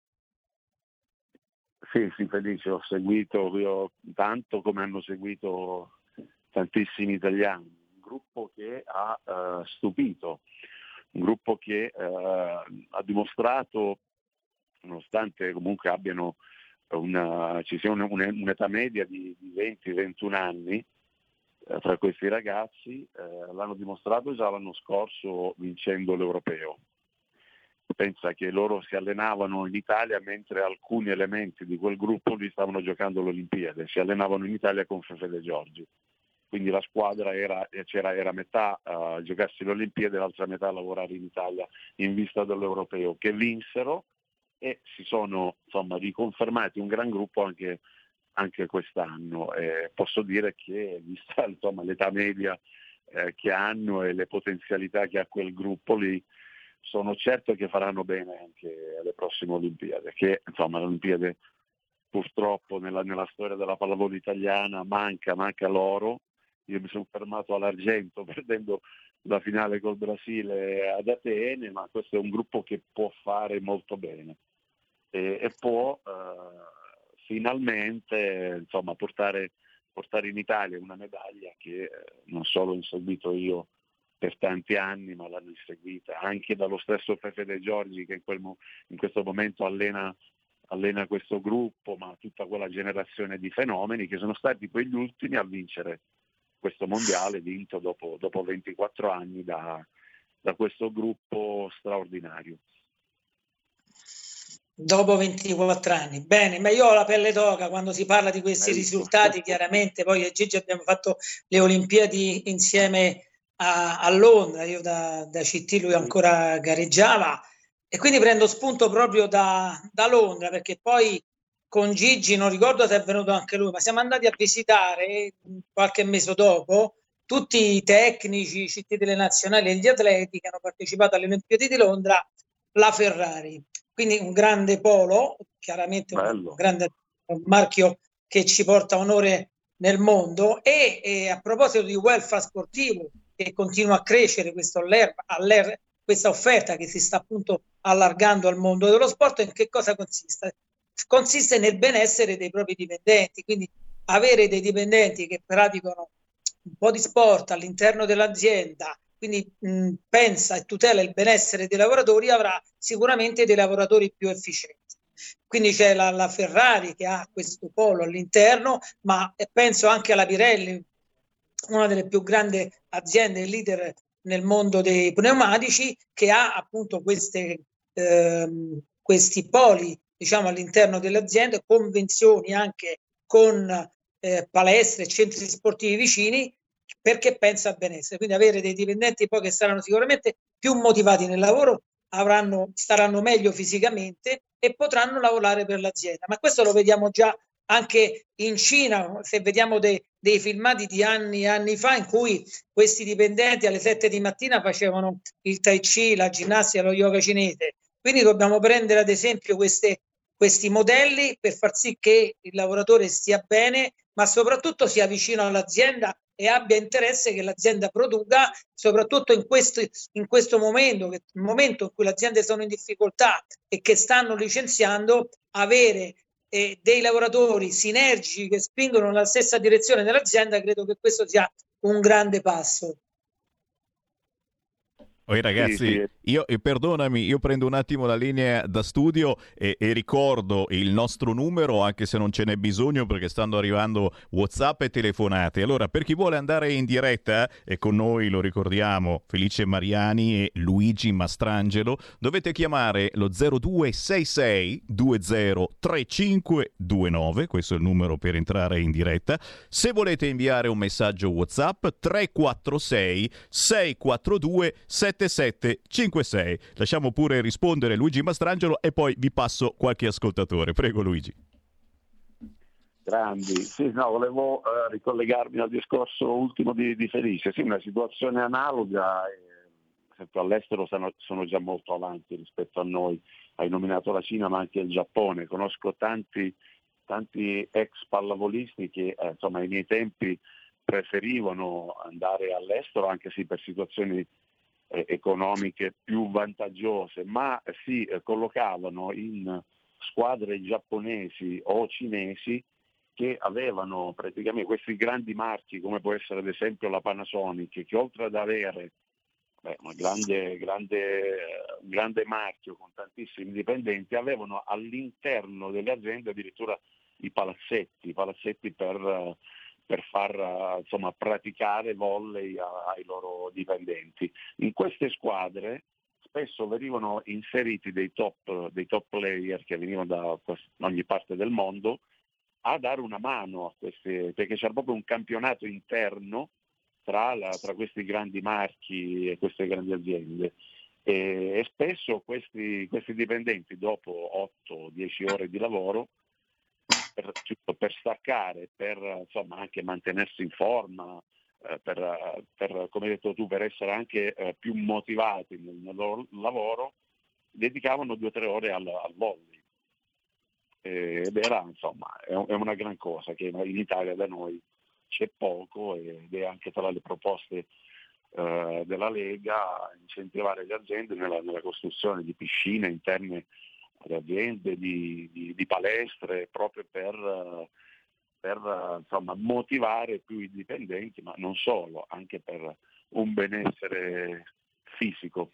Sì, sì, Felice, ho seguito io tanto come hanno seguito tantissimi italiani, un gruppo che ha uh, stupito, un gruppo che uh, ha dimostrato, nonostante comunque abbiano una, ci sia una, un'età media di, di venti ventuno anni uh, tra questi ragazzi, uh, l'hanno dimostrato già l'anno scorso vincendo l'Europeo. Pensa che loro si allenavano in Italia mentre alcuni elementi di quel gruppo li stavano giocando all'Olimpiade, si allenavano in Italia con Fefe De Giorgi, quindi la squadra era, c'era, era metà a uh, giocarsi l'Olimpiade e l'altra metà a lavorare in Italia in vista dell'Europeo, che vinsero e si sono insomma riconfermati un gran gruppo anche, anche quest'anno. Eh, posso dire che vista insomma, l'età media eh, che hanno e le potenzialità che ha quel gruppo lì, sono certo che faranno bene anche alle prossime Olimpiadi, che insomma l'Olimpiade purtroppo nella, nella storia della pallavolo italiana manca, manca l'oro. Io mi sono fermato all'argento perdendo la finale col Brasile ad Atene, ma questo è un gruppo che può fare molto bene e, e può eh, finalmente insomma portare, portare in Italia una medaglia che eh, non solo ho inseguito io per tanti anni, ma l'hanno inseguita anche dallo stesso Fefe De Giorgi che in, quel mo- in questo momento allena, allena questo gruppo, ma tutta quella generazione di fenomeni che sono stati poi gli ultimi a vincere questo mondiale, vinto dopo, dopo ventiquattro anni da, da questo gruppo straordinario. Dopo ventiquattro anni, bene, ma io ho la pelle d'oca quando si parla di questi risultati, chiaramente. Poi a Gigi abbiamo fatto le Olimpiadi insieme A, a Londra, io da, da C T, lui ancora gareggiava, e quindi prendo spunto proprio da, da Londra, perché poi con Gigi, non ricordo se è venuto anche lui, ma siamo andati a visitare qualche mese dopo tutti i tecnici, i C T delle nazionali e gli atleti che hanno partecipato alle Olimpiadi di Londra, la Ferrari, quindi un grande polo, chiaramente un, un grande marchio che ci porta onore nel mondo. E, e a proposito di welfare sportivo, che continua a crescere questo aller, aller, questa offerta che si sta appunto allargando al mondo dello sport, in che cosa consiste? Consiste nel benessere dei propri dipendenti, quindi avere dei dipendenti che praticano un po' di sport all'interno dell'azienda, quindi mh, pensa e tutela il benessere dei lavoratori, avrà sicuramente dei lavoratori più efficienti. Quindi c'è la, la Ferrari che ha questo polo all'interno, ma penso anche alla Pirelli, una delle più grandi aziende leader nel mondo dei pneumatici, che ha appunto queste, ehm, questi poli, diciamo, all'interno delle aziende, convenzioni anche con eh, palestre e centri sportivi vicini, perché pensa al benessere. Quindi avere dei dipendenti poi che saranno sicuramente più motivati nel lavoro, avranno, staranno meglio fisicamente e potranno lavorare per l'azienda. Ma questo lo vediamo già anche in Cina, se vediamo dei, dei filmati di anni e anni fa, in cui questi dipendenti alle sette di mattina facevano il tai chi, la ginnastica, lo yoga cinese. Quindi dobbiamo prendere ad esempio queste, questi modelli per far sì che il lavoratore stia bene, ma soprattutto sia vicino all'azienda e abbia interesse che l'azienda produca, soprattutto in questo, in questo momento, che, il momento in cui le aziende sono in difficoltà e che stanno licenziando, avere eh, dei lavoratori sinergici che spingono nella stessa direzione dell'azienda. Credo che questo sia un grande passo. Oi ragazzi, Sì, sì. io e perdonami, io prendo un attimo la linea da studio e, e ricordo il nostro numero, anche se non ce n'è bisogno perché stanno arrivando WhatsApp e telefonate. Allora, per chi vuole andare in diretta, e con noi lo ricordiamo, Felice Mariani e Luigi Mastrangelo, dovete chiamare lo zero due sei sei due zero tre cinque due nove, questo è il numero per entrare in diretta. Se volete inviare un messaggio WhatsApp, tre quattro sei sei quattro due sette sette cinque sei. Lasciamo pure rispondere Luigi Mastrangelo e poi vi passo qualche ascoltatore. Prego Luigi. Grandi. Sì, no, volevo eh, ricollegarmi al discorso ultimo di, di Felice. Sì, una situazione analoga. Eh, all'estero sono, sono già molto avanti rispetto a noi. Hai nominato la Cina, ma anche il Giappone. Conosco tanti, tanti ex pallavolisti che, eh, insomma, ai miei tempi preferivano andare all'estero, anche sì per situazioni eh, economiche più vantaggiose, ma si eh, collocavano in squadre giapponesi o cinesi che avevano praticamente questi grandi marchi, come può essere ad esempio la Panasonic, che oltre ad avere beh, un grande, grande, grande marchio con tantissimi dipendenti, avevano all'interno delle aziende addirittura i palazzetti, i palazzetti per, per far insomma, praticare volley ai loro dipendenti. In queste squadre spesso venivano inseriti dei top, dei top player che venivano da ogni parte del mondo a dare una mano a queste, perché c'era proprio un campionato interno tra, la, tra questi grandi marchi e queste grandi aziende. E, e spesso questi, questi dipendenti dopo otto dieci ore di lavoro, per, per staccare, per insomma anche mantenersi in forma, eh, per, per, come hai detto tu, per essere anche eh, più motivati nel, nel loro lavoro, dedicavano due o tre ore al, al volley. Ed era insomma è una gran cosa che in Italia da noi c'è poco, ed è anche tra le proposte eh, della Lega incentivare le aziende nella, nella costruzione di piscine interne alle aziende, di, di, di palestre, proprio per, per insomma, motivare più i dipendenti, ma non solo, anche per un benessere fisico.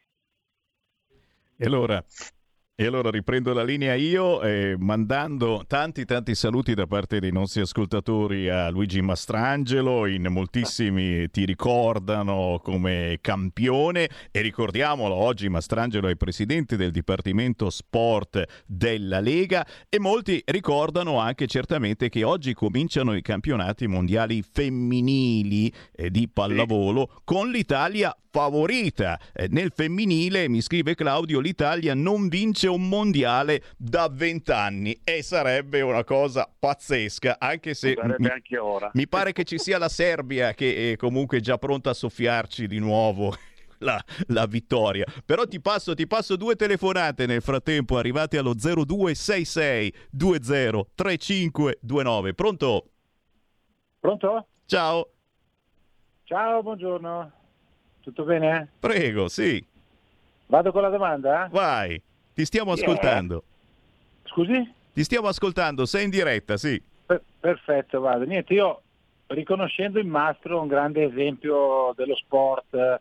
E allora E allora riprendo la linea io, eh, mandando tanti tanti saluti da parte dei nostri ascoltatori a Luigi Mastrangelo. In moltissimi ti ricordano come campione, e ricordiamolo, oggi Mastrangelo è presidente del Dipartimento Sport della Lega, e molti ricordano anche certamente che oggi cominciano i campionati mondiali femminili eh, di pallavolo, sì, con l'Italia favorita. Eh, nel femminile, mi scrive Claudio, l'Italia non vince un mondiale da vent'anni, e sarebbe una cosa pazzesca, anche se mi, anche ora. mi pare che ci sia la Serbia che è comunque già pronta a soffiarci di nuovo la, la vittoria. Però ti passo, ti passo due telefonate nel frattempo, arrivate allo zero due sei sei due zero tre cinque due nove. Pronto? Pronto? Ciao. Ciao, buongiorno. Tutto bene? Prego, sì. Vado con la domanda? Vai, ti stiamo ascoltando. Yeah. Scusi? Ti stiamo ascoltando, sei in diretta, sì. Per- perfetto, vado. Niente, io riconoscendo il Mastro un grande esempio dello sport, eh,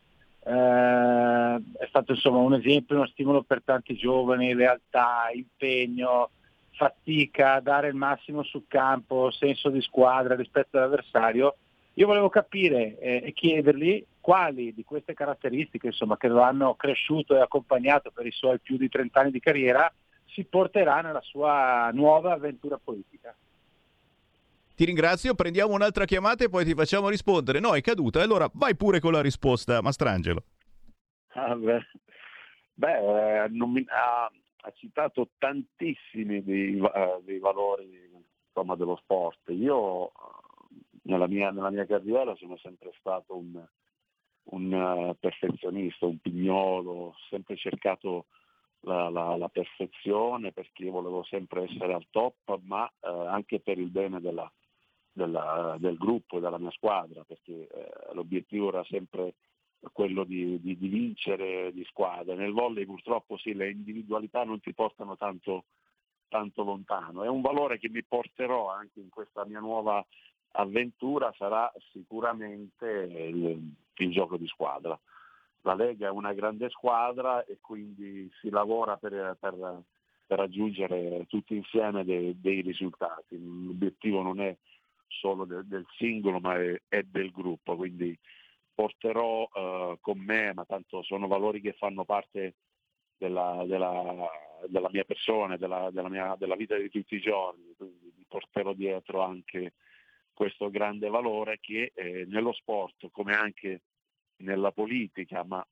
è stato insomma un esempio, uno stimolo per tanti giovani, lealtà, impegno, fatica, dare il massimo sul campo, senso di squadra rispetto all'avversario. Io volevo capire eh, e chiedergli quali di queste caratteristiche, insomma, che lo hanno cresciuto e accompagnato per i suoi più di trenta anni di carriera, si porterà nella sua nuova avventura politica. Ti ringrazio, prendiamo un'altra chiamata e poi ti facciamo rispondere. No, è caduta, allora vai pure con la risposta, Mastrangelo. Ah, beh, beh non, ha, ha citato tantissimi dei, uh, dei valori insomma, dello sport. Io nella mia, nella mia carriera sono sempre stato un, un uh, perfezionista, un pignolo, ho sempre cercato la, la, la perfezione perché volevo sempre essere al top, ma uh, anche per il bene della, della, del gruppo e della mia squadra, perché uh, l'obiettivo era sempre quello di, di, di vincere di squadra. Nel volley purtroppo sì, le individualità non ti portano tanto, tanto lontano. È un valore che mi porterò anche in questa mia nuova avventura, sarà sicuramente il, il gioco di squadra. la Lega è una grande squadra e quindi si lavora per, per, per raggiungere tutti insieme dei, dei risultati. L'obiettivo non è solo del, del singolo, ma è, è del gruppo, quindi porterò uh, con me, ma tanto sono valori che fanno parte della, della, della mia persona, della, della, mia, della vita di tutti i giorni, quindi mi porterò dietro anche questo grande valore che eh, nello sport, come anche nella politica, ma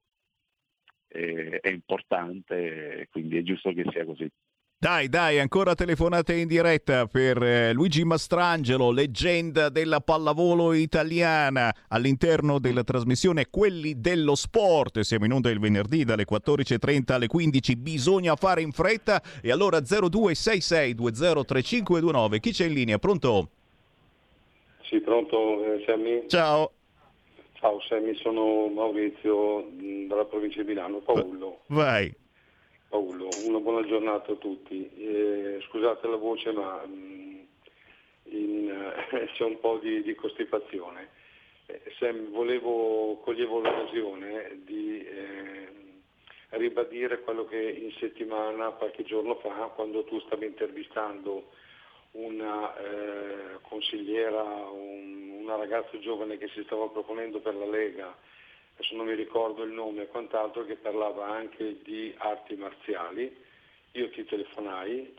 eh, è importante, quindi è giusto che sia così. Dai, dai, ancora telefonate in diretta per eh, Luigi Mastrangelo, leggenda della pallavolo italiana, all'interno della trasmissione Quelli dello Sport. Siamo in onda il venerdì dalle quattordici e trenta alle quindici, bisogna fare in fretta. E allora zero due sei sei due zero tre cinque due nove, chi c'è in linea? Pronto? Sì, pronto, eh, Sammy? Ciao. Ciao Sammy, sono Maurizio mh, dalla provincia di Milano, Paolo. Vai. Paolo, una buona giornata a tutti. Eh, scusate la voce, ma mh, in, eh, c'è un po' di, di costipazione. Eh, Sam, volevo, coglievo l'occasione di eh, ribadire quello che in settimana, qualche giorno fa, quando tu stavi intervistando una eh, consigliera, un, una ragazza giovane che si stava proponendo per la Lega, adesso non mi ricordo il nome e quant'altro, che parlava anche di arti marziali, io ti telefonai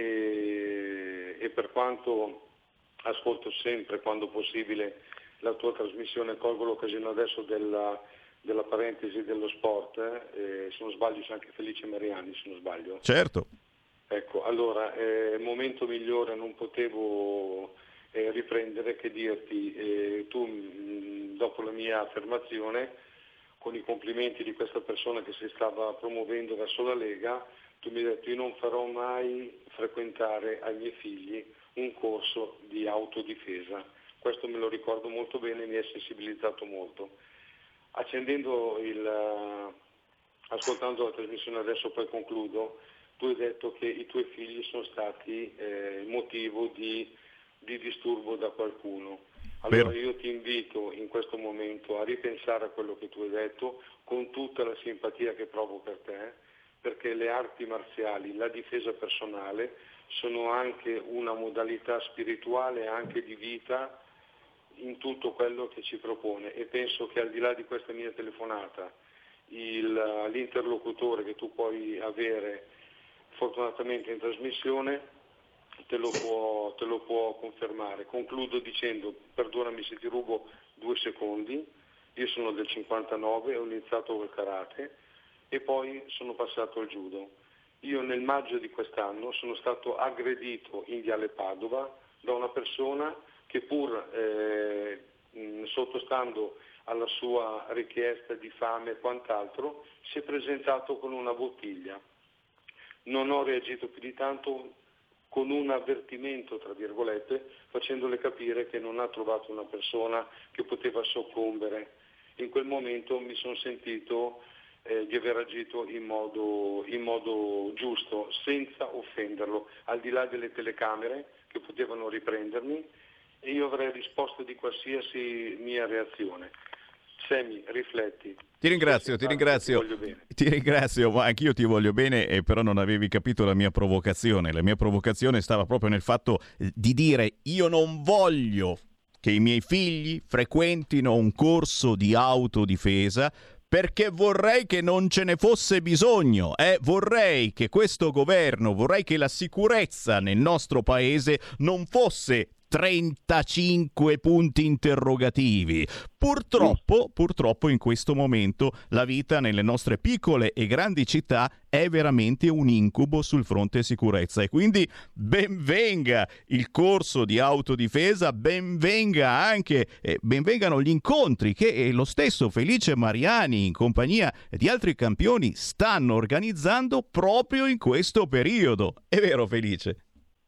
e, e per quanto ascolto sempre, quando possibile, la tua trasmissione, colgo l'occasione adesso della, della parentesi dello sport, eh, se non sbaglio c'è anche Felice Mariani, se non sbaglio. Certo. Ecco, allora, eh, il momento migliore non potevo eh, riprendere che dirti, eh, tu mh, dopo la mia affermazione, con i complimenti di questa persona che si stava promuovendo verso la Lega, tu mi hai detto: io non farò mai frequentare ai miei figli un corso di autodifesa. Questo me lo ricordo molto bene e mi ha sensibilizzato molto. Accendendo il, uh, ascoltando la trasmissione adesso, poi concludo, tu hai detto che i tuoi figli sono stati eh, motivo di, di disturbo da qualcuno. Allora io ti invito in questo momento a ripensare a quello che tu hai detto, con tutta la simpatia che provo per te, perché le arti marziali, la difesa personale, sono anche una modalità spirituale e anche di vita in tutto quello che ci propone, e penso che al di là di questa mia telefonata, il, l'interlocutore che tu puoi avere fortunatamente in trasmissione te lo può, te lo può confermare. Concludo dicendo, perdonami se ti rubo due secondi, io sono del cinquantanove, ho iniziato col karate e poi sono passato al judo. Io nel maggio di quest'anno sono stato aggredito in Viale Padova da una persona che, pur eh, mh, sottostando alla sua richiesta di fame e quant'altro, si è presentato con una bottiglia. Non ho reagito più di tanto, con un avvertimento, tra virgolette, facendole capire che non ha trovato una persona che poteva soccombere. In quel momento mi sono sentito eh, di aver agito in modo, in modo giusto, senza offenderlo, al di là delle telecamere che potevano riprendermi, e io avrei risposto di qualsiasi mia reazione. Sammy, rifletti. Ti ringrazio, ti ringrazio, ti, ti ringrazio, ma anch'io ti voglio bene, e però non avevi capito la mia provocazione. La mia provocazione stava proprio nel fatto di dire: io non voglio che i miei figli frequentino un corso di autodifesa, perché vorrei che non ce ne fosse bisogno, eh? Vorrei che questo governo, vorrei che la sicurezza nel nostro paese non fosse trentacinque punti interrogativi. Purtroppo, purtroppo in questo momento la vita nelle nostre piccole e grandi città è veramente un incubo sul fronte sicurezza, e quindi ben venga il corso di autodifesa, ben venga anche eh, ben vengano gli incontri che eh, lo stesso Felice Mariani in compagnia di altri campioni stanno organizzando proprio in questo periodo. È vero, Felice?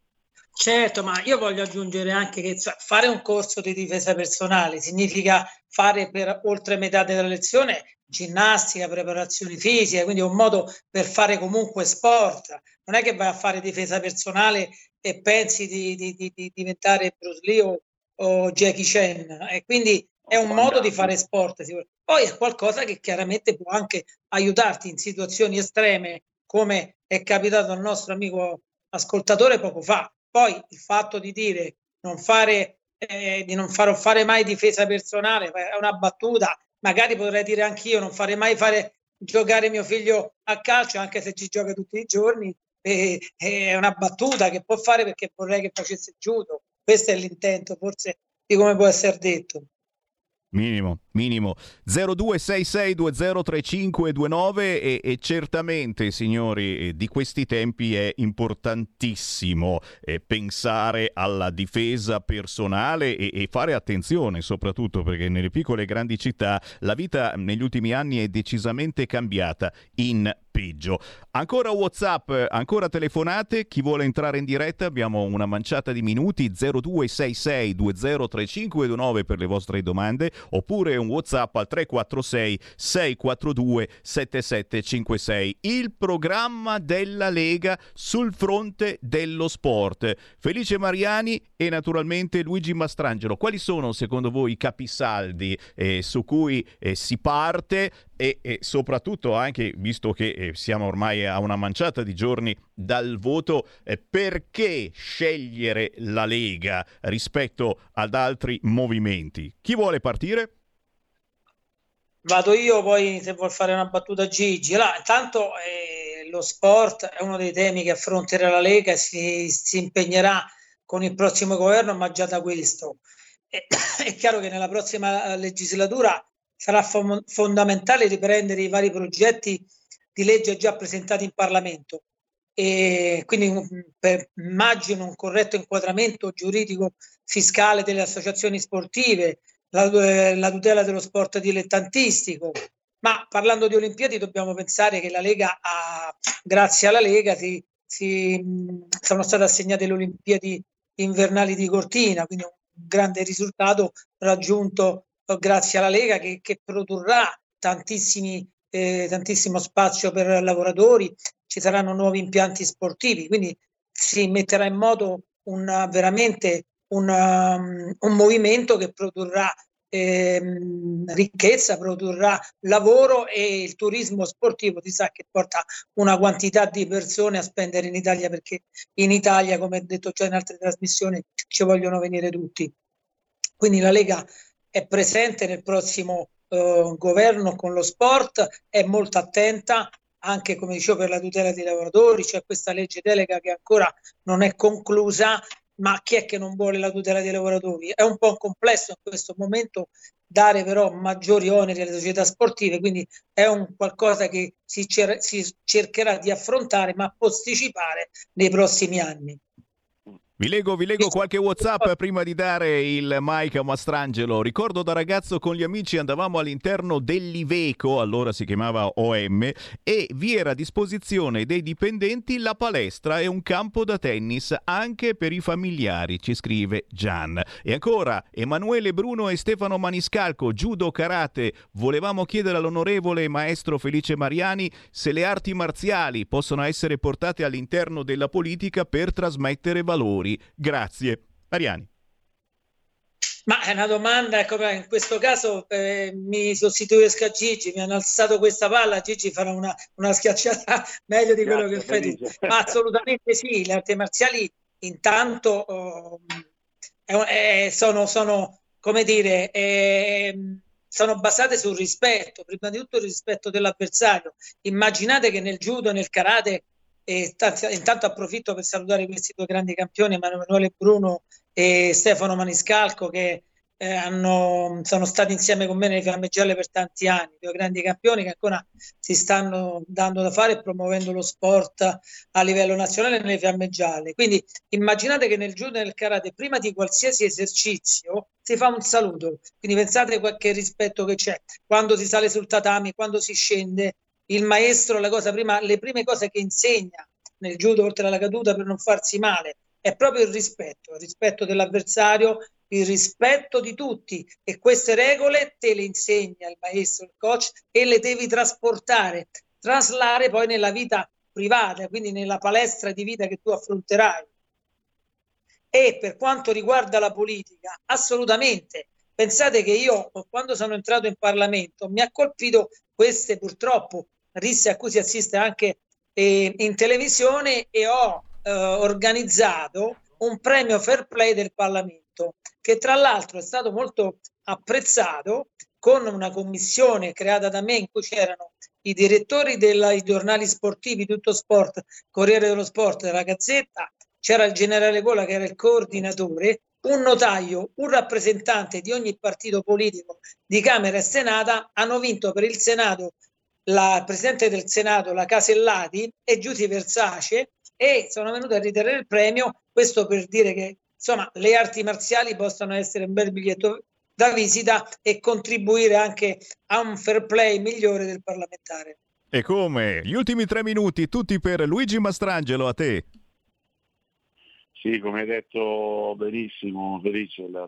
Certo, ma io voglio aggiungere anche che fare un corso di difesa personale significa fare per oltre metà della lezione ginnastica, preparazione fisica, quindi è un modo per fare comunque sport. Non è che vai a fare difesa personale e pensi di, di, di, di diventare Bruce Lee o, o Jackie Chan, e quindi è un modo di fare sport. Poi è qualcosa che chiaramente può anche aiutarti in situazioni estreme, come è capitato al nostro amico ascoltatore poco fa. Poi il fatto di dire non fare, eh, di non fare, fare mai difesa personale è una battuta, magari potrei dire anch'io non fare mai fare giocare mio figlio a calcio, anche se ci gioca tutti i giorni, eh, è una battuta che può fare perché vorrei che facesse judo. Questo è l'intento forse di come può essere detto. Minimo, minimo. zero due sei sei due zero tre cinque due nove e, e certamente, signori, di questi tempi è importantissimo eh, pensare alla difesa personale e, e fare attenzione, soprattutto perché nelle piccole e grandi città la vita negli ultimi anni è decisamente cambiata in peggio. Ancora WhatsApp, ancora telefonate, chi vuole entrare in diretta abbiamo una manciata di minuti. Zero due sei sei due zero tre cinque due nove per le vostre domande, oppure un WhatsApp al tre quattro sei sei quattro due sette sette cinque sei. Il programma della Lega sul fronte dello sport. Felice Mariani e naturalmente Luigi Mastrangelo. Quali sono secondo voi i capisaldi eh, su cui eh, si parte e, e soprattutto anche, visto che eh, siamo ormai a una manciata di giorni dal voto, eh, perché scegliere la Lega rispetto ad altri movimenti? Chi vuole partire? Vado io, poi se vuol fare una battuta Gigi. Allora, intanto eh, lo sport è uno dei temi che affronterà la Lega e si, si impegnerà con il prossimo governo, ma già da questo. E, è chiaro che nella prossima legislatura sarà fo- fondamentale riprendere i vari progetti di legge già presentati in Parlamento. E quindi per, immagino un corretto inquadramento giuridico fiscale delle associazioni sportive, La, la tutela dello sport dilettantistico, ma parlando di Olimpiadi dobbiamo pensare che la Lega ha, grazie alla Lega si, si, sono state assegnate le Olimpiadi invernali di Cortina, quindi un grande risultato raggiunto grazie alla Lega che, che produrrà tantissimi, eh, tantissimo spazio per lavoratori, ci saranno nuovi impianti sportivi, quindi si metterà in moto una, veramente Un, um, un movimento che produrrà ehm, ricchezza, produrrà lavoro, e il turismo sportivo si sa che porta una quantità di persone a spendere in Italia, perché in Italia, come detto già in altre trasmissioni, ci vogliono venire tutti. Quindi la Lega è presente nel prossimo eh, governo con lo sport, è molto attenta anche, come dicevo, per la tutela dei lavoratori. C'è questa legge delega che ancora non è conclusa, ma chi è che non vuole la tutela dei lavoratori? È un po' complesso in questo momento dare però maggiori oneri alle società sportive, quindi è un qualcosa che si, cer- si cercherà di affrontare, ma posticipare nei prossimi anni. Vi leggo, vi leggo qualche WhatsApp prima di dare il mic a Mastrangelo. Ricordo da ragazzo con gli amici andavamo all'interno dell'Iveco, allora si chiamava O M, e vi era a disposizione dei dipendenti la palestra e un campo da tennis anche per i familiari, ci scrive Gian. E ancora Emanuele Bruno e Stefano Maniscalco, judo, karate. Volevamo chiedere all'onorevole maestro Felice Mariani se le arti marziali possono essere portate all'interno della politica per trasmettere valori. Grazie. Mariani. Ma è una domanda, ecco, in questo caso eh, mi sostituisco a Gigi, mi hanno alzato questa palla, Gigi farà una, una schiacciata meglio di quello Grazie, che fai tu. Ma assolutamente sì, le arti marziali intanto oh, eh, sono, sono, come dire, eh, sono basate sul rispetto, prima di tutto il rispetto dell'avversario. Immaginate che nel judo e nel karate, e t- intanto approfitto per salutare questi due grandi campioni, Emanuele Bruno e Stefano Maniscalco, che eh, hanno, sono stati insieme con me nelle Fiamme Gialle per tanti anni, due grandi campioni che ancora si stanno dando da fare e promuovendo lo sport a livello nazionale nelle Fiamme Gialle. Quindi immaginate che nel judo e nel karate prima di qualsiasi esercizio si fa un saluto, quindi pensate qualche rispetto che c'è quando si sale sul tatami, quando si scende. Il maestro, la cosa prima, le prime cose che insegna nel judo, oltre alla caduta per non farsi male, è proprio il rispetto, il rispetto dell'avversario, il rispetto di tutti, e queste regole te le insegna il maestro, il coach, e le devi trasportare, traslare poi nella vita privata, quindi nella palestra di vita che tu affronterai. E per quanto riguarda la politica, assolutamente, Pensate che io, quando sono entrato in Parlamento, mi ha colpito queste purtroppo risse a cui si assiste anche eh, in televisione, e ho eh, organizzato un premio Fair Play del Parlamento, che tra l'altro è stato molto apprezzato, con una commissione creata da me in cui c'erano i direttori dei giornali sportivi, Tutto Sport, Corriere dello Sport, della Gazzetta, c'era il generale Gola che era il coordinatore, un notaio, un rappresentante di ogni partito politico di Camera e Senato. Hanno vinto per il Senato la Presidente del Senato, la Casellati, e Giusy Versace, e sono venuti a ritenere il premio. Questo per dire che insomma le arti marziali possono essere un bel biglietto da visita e contribuire anche a un fair play migliore del parlamentare. E come? Gli ultimi tre minuti tutti per Luigi Mastrangelo, a te. Sì, come hai detto benissimo, Felice, hai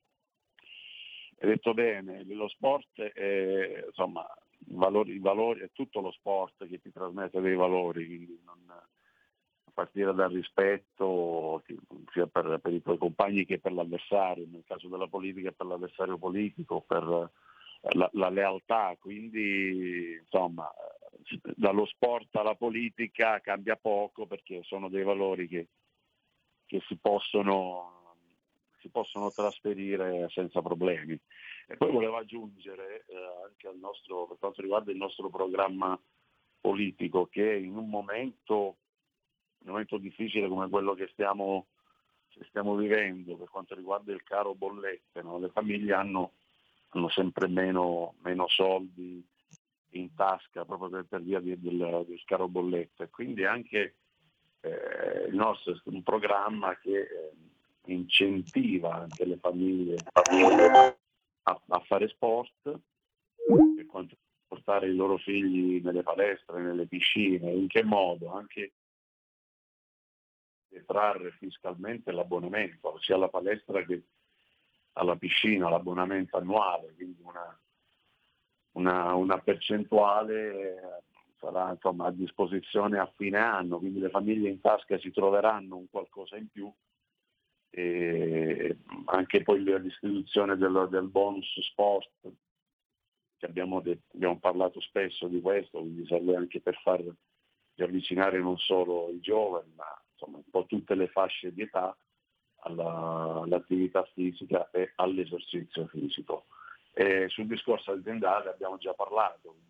detto bene, lo sport è, insomma, i valori, i valori, è tutto lo sport che ti trasmette dei valori, quindi non, a partire dal rispetto sia per, per i tuoi compagni che per l'avversario, nel caso della politica per l'avversario politico, per la, la lealtà, quindi insomma dallo sport alla politica cambia poco, perché sono dei valori che che si possono, si possono trasferire senza problemi. E poi volevo aggiungere eh, anche al nostro, per quanto riguarda il nostro programma politico, che in un momento, un momento difficile come quello che stiamo, che stiamo vivendo per quanto riguarda il caro bollette, no? Le famiglie hanno, hanno sempre meno, meno soldi in tasca proprio per, per via del, del caro bollette, quindi anche Eh, il nostro è un programma che eh, incentiva anche le famiglie a, a fare sport, per quanto portare i loro figli nelle palestre, nelle piscine. In che modo? Anche detrarre fiscalmente l'abbonamento sia alla palestra che alla piscina, l'abbonamento annuale, quindi una, una, una percentuale sarà insomma a disposizione a fine anno, quindi le famiglie in tasca si troveranno un qualcosa in più, e anche poi l'istituzione del, del bonus sport, che abbiamo, detto, abbiamo parlato spesso di questo, quindi serve anche per far avvicinare non solo i giovani, ma insomma un po' tutte le fasce di età alla, all'attività fisica e all'esercizio fisico. E sul discorso aziendale abbiamo già parlato, quindi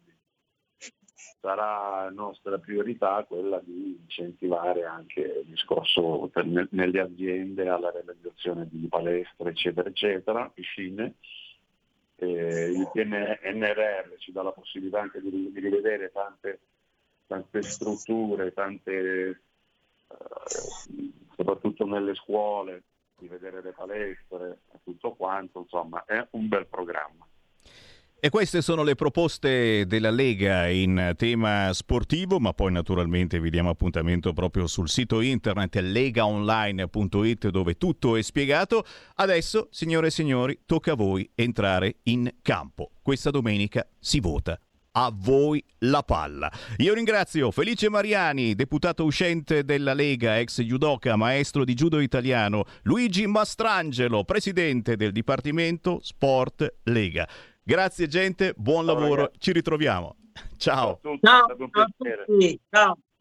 sarà nostra priorità quella di incentivare anche il discorso per, nelle aziende alla realizzazione di palestre eccetera eccetera, piscine. Eh, il P N R R ci dà la possibilità anche di, di rivedere tante, tante strutture, tante eh, soprattutto nelle scuole, di vedere le palestre e tutto quanto, insomma è un bel programma. E queste sono le proposte della Lega in tema sportivo, ma poi naturalmente vi diamo appuntamento proprio sul sito internet legaonline punto it, dove tutto è spiegato. Adesso, signore e signori, tocca a voi entrare in campo. Questa domenica si vota. A voi la palla. Io ringrazio Felice Mariani, deputato uscente della Lega, ex judoka, maestro di judo italiano, Luigi Mastrangelo, presidente del Dipartimento Sport Lega. Grazie gente, buon lavoro, ci ritroviamo. Ciao. Ciao a tutti. Ciao.